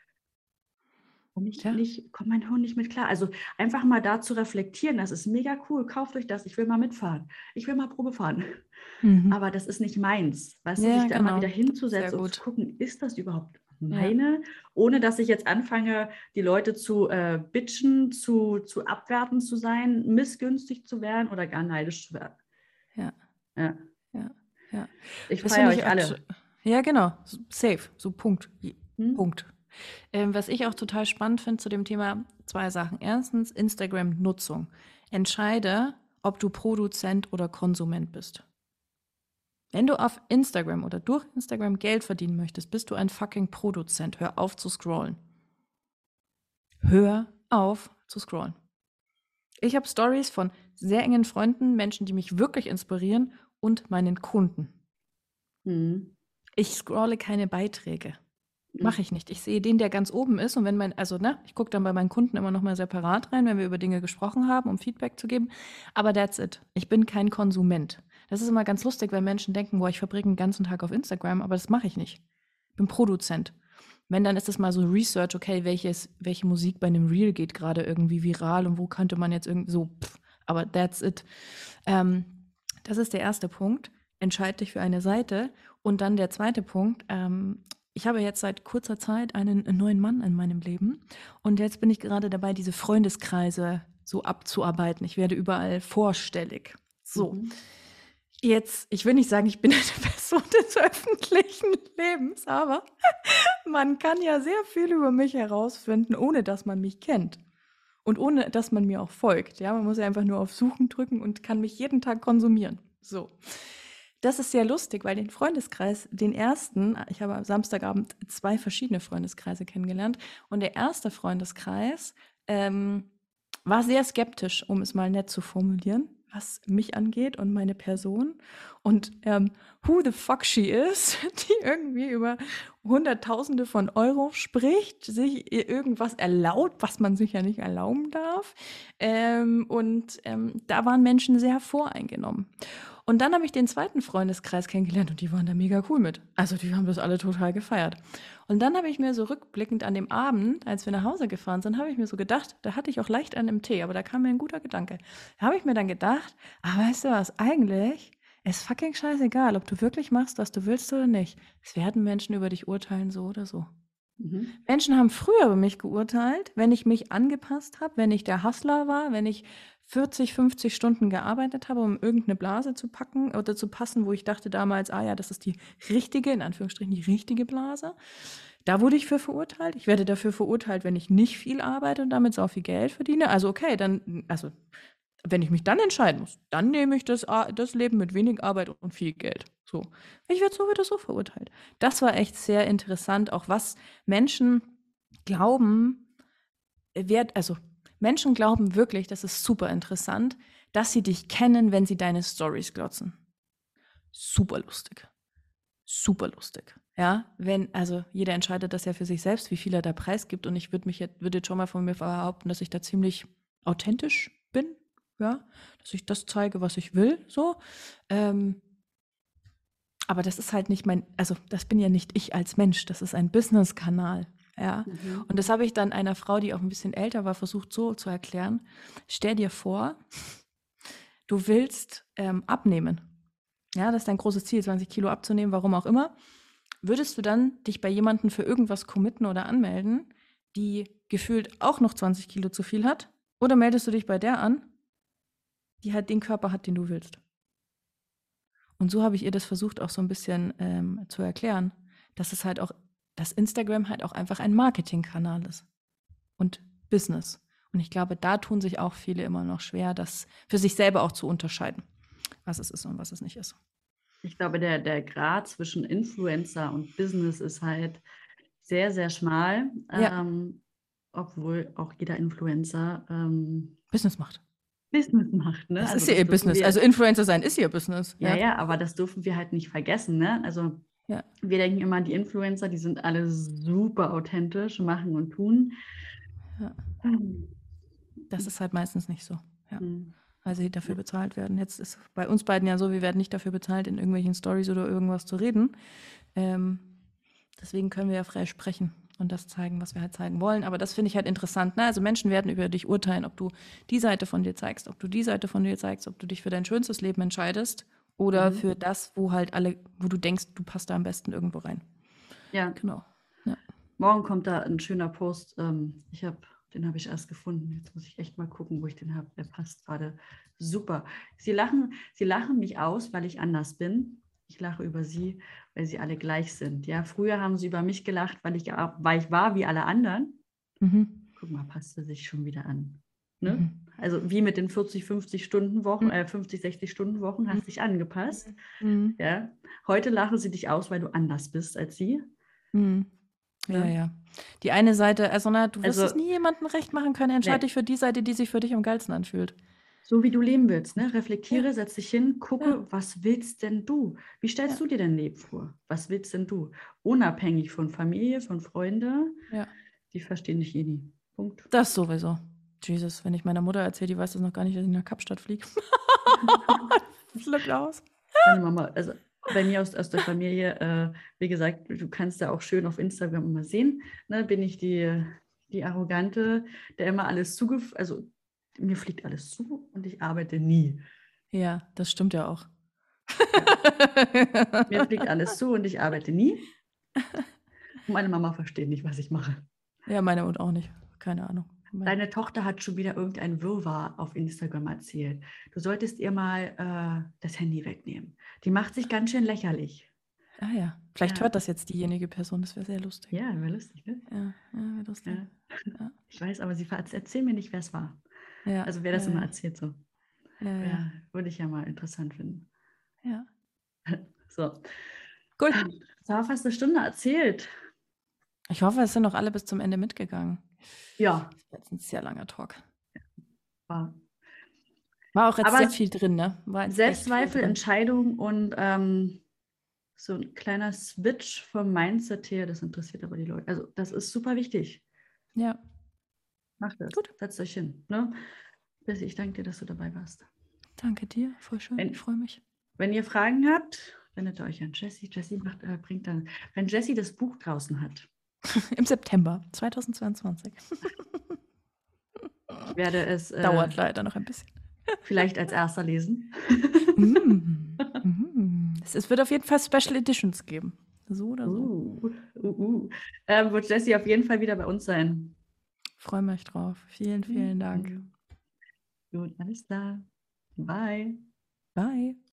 Komm ich Tja. nicht, kommt mein Hirn nicht mit klar. Also einfach mal da zu reflektieren, das ist mega cool. Kauft euch das, ich will mal mitfahren. Ich will mal Probe fahren. Mhm. Aber das ist nicht meins. Weißt du, Ja, sich da mal genau. wieder Das ist sehr hinzusetzen und zu gut. gucken, ist das überhaupt Ja. meine? Ohne dass ich jetzt anfange, die Leute zu äh, bitchen, zu, zu abwerten zu sein, missgünstig zu werden oder gar neidisch zu werden. Ja. Ja. Ja. Ja. Ich Das feiere finde ich euch auch. alle. t- Ja, genau. So- Safe. So Punkt. Je- Hm? Punkt. Ähm, was ich auch total spannend finde zu dem Thema, zwei Sachen. Erstens, Instagram-Nutzung. Entscheide, ob du Produzent oder Konsument bist. Wenn du auf Instagram oder durch Instagram Geld verdienen möchtest, bist du ein fucking Produzent. Hör auf zu scrollen. Hör auf zu scrollen. Ich habe Stories von sehr engen Freunden, Menschen, die mich wirklich inspirieren und meinen Kunden. Hm. Ich scrolle keine Beiträge. Mache ich nicht. Ich sehe den, der ganz oben ist. Und wenn mein, also ne, ich gucke dann bei meinen Kunden immer noch mal separat rein, wenn wir über Dinge gesprochen haben, um Feedback zu geben. Aber that's it. Ich bin kein Konsument. Das ist immer ganz lustig, weil Menschen denken, boah, ich verbringe den ganzen Tag auf Instagram, aber das mache ich nicht. Ich bin Produzent. Wenn, dann ist es mal so Research, okay, welches, welche Musik bei einem Reel geht gerade irgendwie viral und wo könnte man jetzt irgendwie so, pff, aber that's it. Ähm, das ist der erste Punkt. Entscheid dich für eine Seite. Und dann der zweite Punkt, ähm, ich habe jetzt seit kurzer Zeit einen neuen Mann in meinem Leben und jetzt bin ich gerade dabei, diese Freundeskreise so abzuarbeiten. Ich werde überall vorstellig. So, Mhm. jetzt, ich will nicht sagen, ich bin eine Person des öffentlichen Lebens, aber man kann ja sehr viel über mich herausfinden, ohne dass man mich kennt. Und ohne dass man mir auch folgt. Ja, man muss ja einfach nur auf Suchen drücken und kann mich jeden Tag konsumieren. So. Das ist sehr lustig, weil den Freundeskreis, den ersten, ich habe am Samstagabend zwei verschiedene Freundeskreise kennengelernt. Und der erste Freundeskreis ähm, war sehr skeptisch, um es mal nett zu formulieren, was mich angeht und meine Person. Und ähm, who the fuck she is, die irgendwie über Hunderttausende von Euro spricht, sich irgendwas erlaubt, was man sich ja nicht erlauben darf. Ähm, und ähm, da waren Menschen sehr voreingenommen. Und dann habe ich den zweiten Freundeskreis kennengelernt und die waren da mega cool mit. Also die haben das alle total gefeiert. Und dann habe ich mir so rückblickend an dem Abend, als wir nach Hause gefahren sind, habe ich mir so gedacht, da hatte ich auch leicht einen im Tee, aber da kam mir ein guter Gedanke. Da habe ich mir dann gedacht, ah, weißt du was, eigentlich ist fucking scheißegal, ob du wirklich machst, was du willst oder nicht. Es werden Menschen über dich urteilen, so oder so. Mhm. Menschen haben früher über mich geurteilt, wenn ich mich angepasst habe, wenn ich der Hustler war, wenn ich vierzig, fünfzig Stunden gearbeitet habe, um irgendeine Blase zu packen oder zu passen, wo ich dachte damals, ah ja, das ist die richtige, in Anführungsstrichen die richtige Blase. Da wurde ich für verurteilt. Ich werde dafür verurteilt, wenn ich nicht viel arbeite und damit so viel Geld verdiene. Also okay, dann, also wenn ich mich dann entscheiden muss, dann nehme ich das, Ar- das Leben mit wenig Arbeit und viel Geld. So. Ich werde so oder so verurteilt. Das war echt sehr interessant, auch was Menschen glauben, äh, wert, also Menschen glauben wirklich, das ist super interessant, dass sie dich kennen, wenn sie deine Stories glotzen. Super lustig. Super lustig. Ja, wenn, also jeder entscheidet das ja für sich selbst, wie viel er da preisgibt. Und ich würde mich jetzt, würde jetzt schon mal von mir behaupten, dass ich da ziemlich authentisch bin. Ja, dass ich das zeige, was ich will. So. Ähm, aber das ist halt nicht mein, also das bin ja nicht ich als Mensch, das ist ein Business-Kanal. Ja. Mhm. Und das habe ich dann einer Frau, die auch ein bisschen älter war, versucht so zu erklären. Stell dir vor, du willst ähm, abnehmen. Ja, das ist dein großes Ziel, zwanzig Kilo abzunehmen, warum auch immer. Würdest du dann dich bei jemandem für irgendwas committen oder anmelden, die gefühlt auch noch zwanzig Kilo zu viel hat? Oder meldest du dich bei der an, die halt den Körper hat, den du willst? Und so habe ich ihr das versucht auch so ein bisschen ähm, zu erklären, dass es halt auch, dass Instagram halt auch einfach ein Marketingkanal ist und Business. Und ich glaube, da tun sich auch viele immer noch schwer, das für sich selber auch zu unterscheiden, was es ist und was es nicht ist. Ich glaube, der, der Grad zwischen Influencer und Business ist halt sehr, sehr schmal, Ja. ähm, obwohl auch jeder Influencer ähm, Business macht. Business macht. Ne? Das Also ist ja das ihr dürfen Business. wir, Also Influencer sein ist ihr Business. ja, Ja. ja, aber das dürfen wir halt nicht vergessen. Ne? Also Ja. wir denken immer, die Influencer, die sind alle super authentisch, machen und tun. Ja. Hm. Das ist halt meistens nicht so. Ja. Hm. Weil sie dafür bezahlt werden. Jetzt ist bei uns beiden ja so, wir werden nicht dafür bezahlt, in irgendwelchen Stories oder irgendwas zu reden. Ähm, deswegen können wir ja frei sprechen und das zeigen, was wir halt zeigen wollen. Aber das finde ich halt interessant. Ne? Also Menschen werden über dich urteilen, ob du die Seite von dir zeigst, ob du die Seite von dir zeigst, ob du dich für dein schönstes Leben entscheidest oder Mhm. für das, wo halt alle, wo du denkst, du passt da am besten irgendwo rein. Ja. Genau. Ja. Morgen kommt da ein schöner Post. Ähm, ich habe, den habe ich erst gefunden. Jetzt muss ich echt mal gucken, wo ich den habe. Der passt gerade super. Sie lachen, sie lachen mich aus, weil ich anders bin. Ich lache über sie, weil sie alle gleich sind. Ja, früher haben sie über mich gelacht, weil ich, weil ich war wie alle anderen. Mhm. Guck mal, passt sie sich schon wieder an. Ne? Mhm. Also wie mit den vierzig, fünfzig Stunden Wochen, Mhm. äh, fünfzig, sechzig Stunden Wochen, hast dich angepasst. Mhm. Ja. Heute lachen sie dich aus, weil du anders bist als sie. Mhm. Ja, Ja. ja. Die eine Seite, also na, du wirst Also- es nie jemandem recht machen können. Entscheide Nee. dich für die Seite, die sich für dich am geilsten anfühlt. So wie du leben willst, ne? Reflektiere, setz dich hin, gucke, Ja. was willst denn du? Wie stellst Ja. du dir dein Leben vor? Was willst denn du? Unabhängig von Familie, von Freunden, Ja. die verstehen dich eh nie. Punkt. Das sowieso. Jesus, wenn ich meiner Mutter erzähle, die weiß das noch gar nicht, dass ich nach Kapstadt fliege. Flippt aus. Meine Mama, also bei mir aus, aus der Familie, äh, wie gesagt, du kannst ja auch schön auf Instagram immer sehen, ne? Bin ich die, die Arrogante, der immer alles zugef... Also mir fliegt alles zu und ich arbeite nie. Ja, das stimmt ja auch. Mir fliegt alles zu und ich arbeite nie. Meine Mama versteht nicht, was ich mache. Ja, meine und auch nicht. Keine Ahnung. Mein- Deine Tochter hat schon wieder irgendein Wirrwarr auf Instagram erzählt. Du solltest ihr mal äh, das Handy wegnehmen. Die macht sich ganz schön lächerlich. Ah ja, vielleicht Ja. hört das jetzt diejenige Person, das wäre sehr lustig. Ja, wäre lustig, ne? Ja, ja wäre lustig. Ja. Ja. Ich weiß, aber sie ver- erzähl mir nicht, wer es war. Ja. Also wer das ja, immer ja. erzählt so. Ja, ja. Ja, würde ich ja mal interessant finden. ja. So. Cool. Jetzt haben wir fast eine Stunde erzählt. Ich hoffe, es sind noch alle bis zum Ende mitgegangen. Ja, Das war jetzt ein sehr langer Talk. war War auch jetzt Aber sehr viel drin, ne? War jetzt echt viel Selbstzweifel, drin. Entscheidung und ähm, so ein kleiner Switch vom Mindset her, das interessiert aber die Leute. Also das ist super wichtig. Ja, Macht das. Gut. Setzt euch hin. Ne? Jessie, ich danke dir, dass du dabei warst. danke dir. Voll schön. Wenn- Ich freue mich. Wenn ihr Fragen habt, wendet euch an Jessie. Jessie macht, äh, bringt dann, wenn Jessie das Buch draußen hat, Im September zweitausendzweiundzwanzig. ich werde es äh, Dauert leider noch ein bisschen. vielleicht als erster lesen. Mm, mm. Es, es wird auf jeden Fall Special Editions geben. So oder so. Uh, uh, uh. Ähm, wird Jessie auf jeden Fall wieder bei uns sein. Freue mich drauf. Vielen, vielen Dank. Mhm. Gut, alles klar. Bye. Bye.